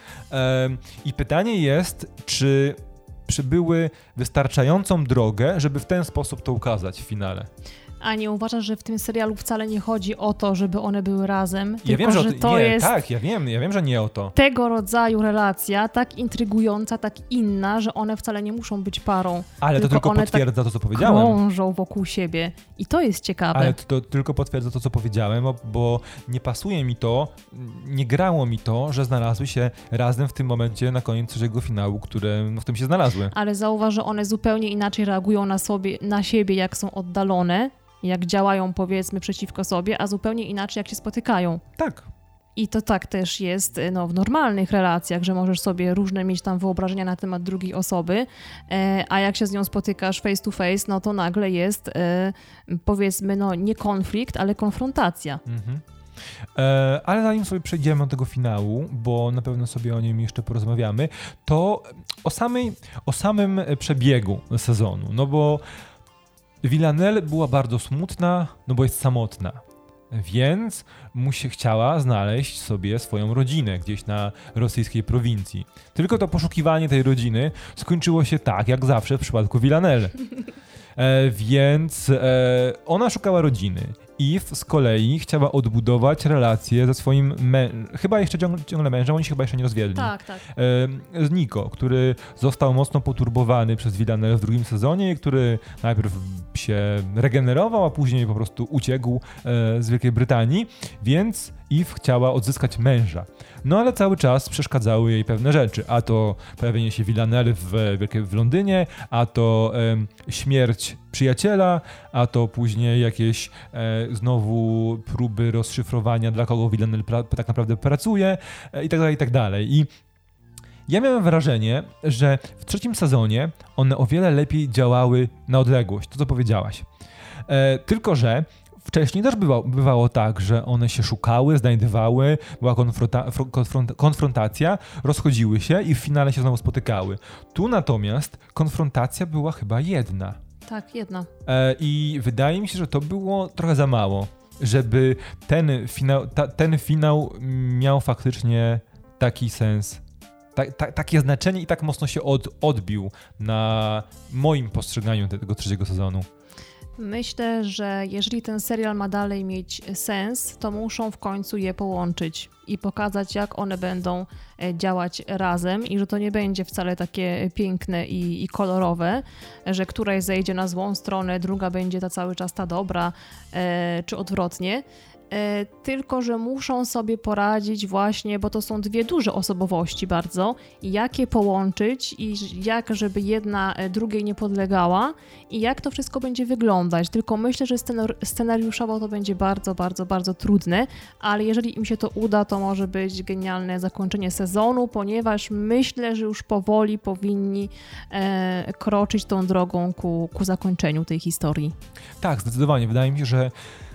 I pytanie jest, czy przybyły wystarczającą drogę, żeby w ten sposób to ukazać w finale. A nie uważasz, że w tym serialu wcale nie chodzi o to, żeby one były razem? Ja tylko, wiem, że, że to, to nie, jest tak, ja wiem, ja wiem, że nie o to. Tego rodzaju relacja, tak intrygująca, tak inna, że one wcale nie muszą być parą. Ale to tylko one potwierdza tak to, co powiedziałem. Krążą wokół siebie i to jest ciekawe. Ale to, to tylko potwierdza to, co powiedziałem, bo, bo nie pasuje mi to, nie grało mi to, że znalazły się razem w tym momencie na koniec trzeciego finału, które no, w tym się znalazły. Ale zauważ, że one zupełnie inaczej reagują na, sobie, na siebie, jak są oddalone, jak działają, powiedzmy, przeciwko sobie, a zupełnie inaczej, jak się spotykają. Tak. I to tak też jest no, w normalnych relacjach, że możesz sobie różne mieć tam wyobrażenia na temat drugiej osoby, e, a jak się z nią spotykasz face to face, no to nagle jest, e, powiedzmy, no nie konflikt, ale konfrontacja. Mhm. E, ale zanim sobie przejdziemy do tego finału, bo na pewno sobie o nim jeszcze porozmawiamy, to o, samej, o samym przebiegu sezonu, no bo Villanelle była bardzo smutna, no bo jest samotna, więc musi, chciała znaleźć sobie swoją rodzinę gdzieś na rosyjskiej prowincji. Tylko to poszukiwanie tej rodziny skończyło się tak, jak zawsze w przypadku Villanelle. E, więc e, ona szukała rodziny. Eve z kolei chciała odbudować relacje ze swoim mężem, chyba jeszcze ciągle, ciągle mężem, oni się chyba jeszcze nie rozwiedli. Tak, tak. E, z Nico, który został mocno poturbowany przez Villanelle w drugim sezonie, który najpierw się regenerował, a później po prostu uciekł e, z Wielkiej Brytanii, więc Eve chciała odzyskać męża. No ale cały czas przeszkadzały jej pewne rzeczy, a to pojawienie się Villanelle w, w Londynie, a to e, śmierć przyjaciela, a to później jakieś e, znowu próby rozszyfrowania, dla kogo Villanelle pra- tak naprawdę pracuje e, i tak dalej, i tak dalej. I ja miałem wrażenie, że w trzecim sezonie one o wiele lepiej działały na odległość, to co powiedziałaś. E, tylko, że wcześniej też bywało, bywało tak, że one się szukały, znajdywały, była konfronta- konfront- konfrontacja, rozchodziły się i w finale się znowu spotykały. Tu natomiast konfrontacja była chyba jedna. Tak, jedna. E, I wydaje mi się, że to było trochę za mało, żeby ten finał, ta, ten finał miał faktycznie taki sens, ta, ta, takie znaczenie i tak mocno się od, odbił na moim postrzeganiu tego trzeciego sezonu. Myślę, że jeżeli ten serial ma dalej mieć sens, to muszą w końcu je połączyć i pokazać, jak one będą działać razem i że to nie będzie wcale takie piękne i, i kolorowe, że któraś zejdzie na złą stronę, druga będzie ta cały czas ta dobra, e, czy odwrotnie. E, tylko, że muszą sobie poradzić właśnie, bo to są dwie duże osobowości bardzo, i jak je połączyć i jak, żeby jedna drugiej nie podlegała i jak to wszystko będzie wyglądać. Tylko myślę, że scenar- scenariuszowo to będzie bardzo, bardzo, bardzo trudne, ale jeżeli im się to uda, to może być genialne zakończenie sezonu, ponieważ myślę, że już powoli powinni e, kroczyć tą drogą ku, ku zakończeniu tej historii. Tak, zdecydowanie. Wydaje mi się, że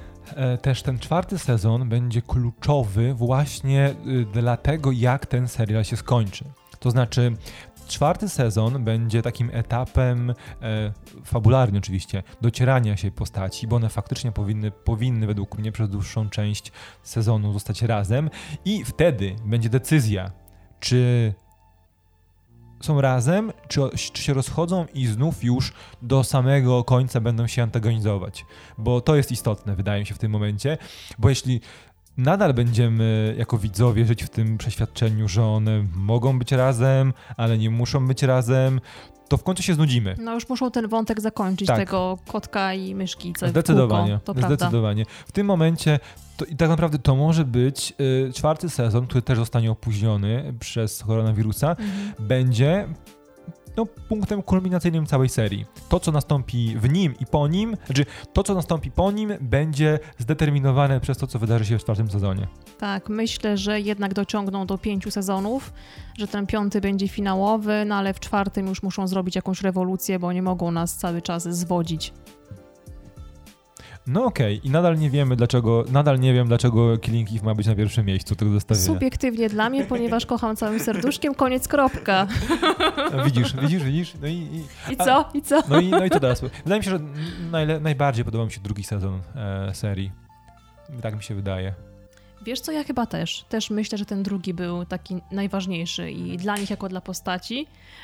też ten czwarty sezon będzie kluczowy właśnie dla tego, jak ten serial się skończy. To znaczy, czwarty sezon będzie takim etapem, e, fabularnie oczywiście, docierania się postaci, bo one faktycznie powinny, powinny według mnie przez dłuższą część sezonu zostać razem i wtedy będzie decyzja, czy są razem, czy, czy się rozchodzą i znów już do samego końca będą się antagonizować. Bo to jest istotne, wydaje mi się, w tym momencie, bo jeśli nadal będziemy jako widzowie żyć w tym przeświadczeniu, że one mogą być razem, ale nie muszą być razem, to w końcu się znudzimy. No już muszą ten wątek zakończyć, tak. tego kotka i myszki. Co Zdecydowanie, w kółko, to zdecydowanie. Prawda. W tym momencie to, i tak naprawdę to może być y, czwarty sezon, który też zostanie opóźniony przez koronawirusa, mhm. będzie no, punktem kulminacyjnym całej serii. To, co nastąpi w nim i po nim, znaczy to, co nastąpi po nim, będzie zdeterminowane przez to, co wydarzy się w czwartym sezonie. Tak, myślę, że jednak dociągną do pięciu sezonów, że ten piąty będzie finałowy, no ale w czwartym już muszą zrobić jakąś rewolucję, bo nie mogą nas cały czas zwodzić. No okej, okay. I nadal nie wiemy dlaczego, nadal nie wiem dlaczego Killing Eve ma być na pierwszym miejscu tego zestawienia. Subiektywnie dla mnie, ponieważ kocham całym serduszkiem, koniec, kropka. No, widzisz, widzisz, widzisz. No i, i, I co? I co? No i, no i to teraz. Wydaje mi się, że najle, najbardziej podobał mi się drugi sezon e, serii. Tak mi się wydaje. Wiesz co, ja chyba też. Też myślę, że ten drugi był taki najważniejszy i dla nich jako dla postaci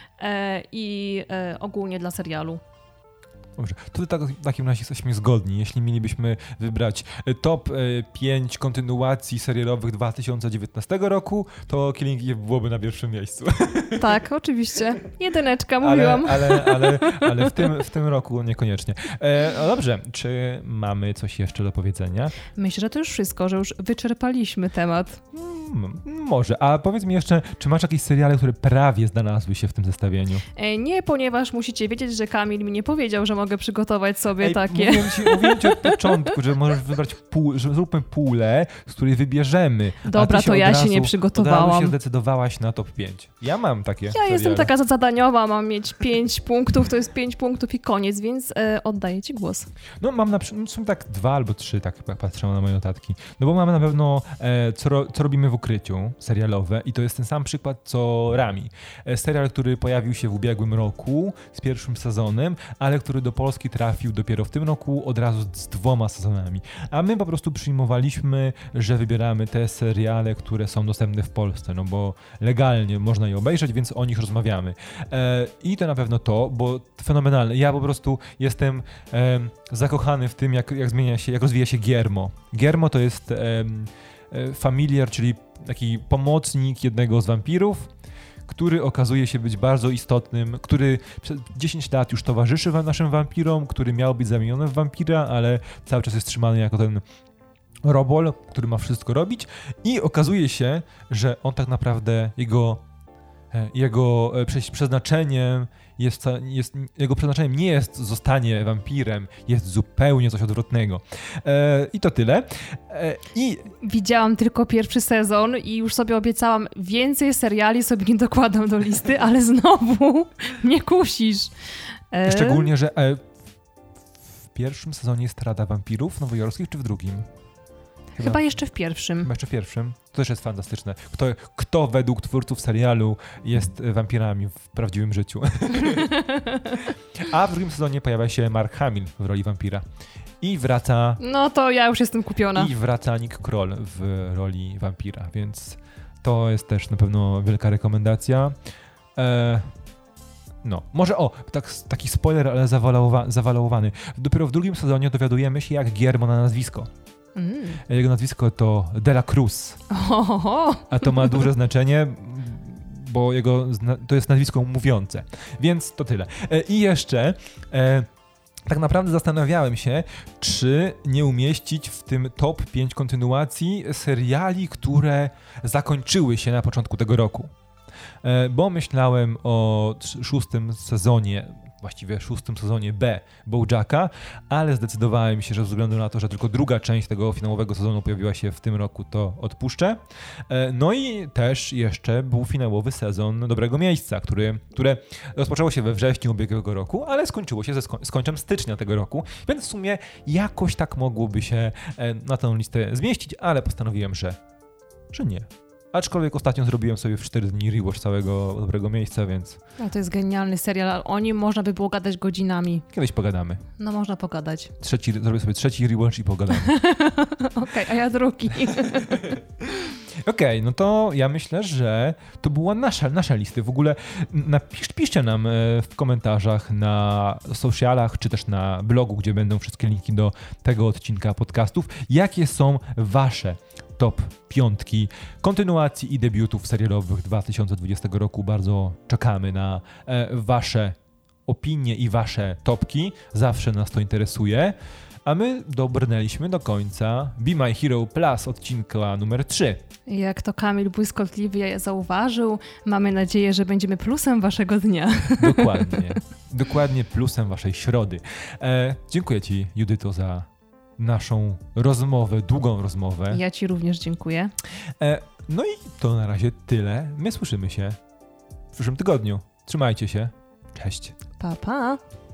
e, i e, ogólnie dla serialu. Dobrze, to tak, w takim razie jesteśmy zgodni. Jeśli mielibyśmy wybrać top pięć kontynuacji serialowych dwa tysiące dziewiętnastego roku, to Killing Eve byłoby na pierwszym miejscu. Tak, oczywiście. Jedyneczka, mówiłam. Ale, ale, ale, ale w, tym, w tym roku niekoniecznie. E, no dobrze, czy mamy coś jeszcze do powiedzenia? Myślę, że to już wszystko, że już wyczerpaliśmy temat. Hmm, może. A powiedz mi jeszcze, czy masz jakieś seriale, które prawie znalazły się w tym zestawieniu? E, nie, ponieważ musicie wiedzieć, że Kamil mi nie powiedział, że mogę przygotować sobie Ej, takie. Mówiłem ci, mówiłem ci od początku, że możesz wybrać pół, że zróbmy pulę, z której wybierzemy. Dobra, to ja się nie przygotowałam. Od razu się zdecydowałaś na top pięć. Ja mam takie Ja seriale. jestem taka zadaniowa, mam mieć pięć punktów, to jest pięć punktów i koniec, więc e, oddaję ci głos. No mam na przykład, są tak dwa albo trzy, tak patrzę na moje notatki. No bo mamy na pewno e, co, ro, co robimy w ukryciu, serialowe i to jest ten sam przykład co Rami. E, serial, który pojawił się w ubiegłym roku z pierwszym sezonem, ale który do Polski trafił dopiero w tym roku od razu z dwoma sezonami. A my po prostu przyjmowaliśmy, że wybieramy te seriale, które są dostępne w Polsce, no bo legalnie można je obejrzeć, więc o nich rozmawiamy. E, I to na pewno to, bo fenomenalne. Ja po prostu jestem e, zakochany w tym, jak, jak zmienia się, jak rozwija się Guillermo. Guillermo to jest e, e, familiar, czyli taki pomocnik jednego z wampirów, który okazuje się być bardzo istotnym, który przez dziesięć lat już towarzyszy naszym wampirom, który miał być zamieniony w wampira, ale cały czas jest trzymany jako ten robol, który ma wszystko robić i okazuje się, że on tak naprawdę, jego, jego przeznaczeniem jest, jest, jego przeznaczeniem nie jest zostanie wampirem, jest zupełnie coś odwrotnego. E, I to tyle. E, i... Widziałam tylko pierwszy sezon i już sobie obiecałam, więcej seriali sobie nie dokładam do listy, ale znowu mnie kusisz. E... Szczególnie, że e, w pierwszym sezonie jest Rada Wampirów nowojorskich, czy w drugim? Chyba, Chyba jeszcze w pierwszym. Chyba jeszcze w pierwszym. To też jest fantastyczne. Kto, kto według twórców serialu jest wampirami w prawdziwym życiu. A w drugim sezonie pojawia się Mark Hamill w roli wampira. I wraca... No to ja już jestem kupiona. I wraca Nick Kroll w roli wampira, więc to jest też na pewno wielka rekomendacja. E... No, może o, tak, taki spoiler, ale zawalowa- zawalowany. Dopiero w drugim sezonie dowiadujemy się, jak Guillermo na nazwisko. Mm. Jego nazwisko to De La Cruz. Ohoho. A to ma duże znaczenie, bo jego to jest nazwisko mówiące. Więc to tyle. I jeszcze e, tak naprawdę zastanawiałem się, czy nie umieścić w tym top pięć kontynuacji seriali, które zakończyły się na początku tego roku. E, bo myślałem o szóstym sezonie, właściwie szóstym sezonie B BoJacka, ale zdecydowałem się, że ze względu na to, że tylko druga część tego finałowego sezonu pojawiła się w tym roku, to odpuszczę. No i też jeszcze był finałowy sezon Dobrego Miejsca, który, które rozpoczęło się we wrześniu ubiegłego roku, ale skończyło się ze sko- z końcem stycznia tego roku, więc w sumie jakoś tak mogłoby się na tę listę zmieścić, ale postanowiłem, że, że nie. Aczkolwiek ostatnio zrobiłem sobie w cztery dni rewatch całego Dobrego Miejsca, więc... No to jest genialny serial, o nim można by było gadać godzinami. Kiedyś pogadamy. No można pogadać. Trzeci, zrobię sobie trzeci rewatch i pogadamy. Okej, okay, a ja drugi. Okej, okay, no to ja myślę, że to była nasza, nasza lista. W ogóle napisz, piszcie nam w komentarzach na socialach, czy też na blogu, gdzie będą wszystkie linki do tego odcinka podcastów, jakie są wasze top piątki kontynuacji i debiutów serialowych dwa tysiące dwudziestego roku. Bardzo czekamy na e, wasze opinie i wasze topki. Zawsze nas to interesuje. A my dobrnęliśmy do końca Be My Hero Plus odcinka numer trzy. Jak to Kamil błyskotliwie zauważył, mamy nadzieję, że będziemy plusem waszego dnia. Dokładnie. Dokładnie plusem waszej środy. E, dziękuję ci, Judyto, za naszą rozmowę, długą rozmowę. Ja ci również dziękuję. E, no i to na razie tyle. My słyszymy się w przyszłym tygodniu. Trzymajcie się. Cześć. Pa, pa.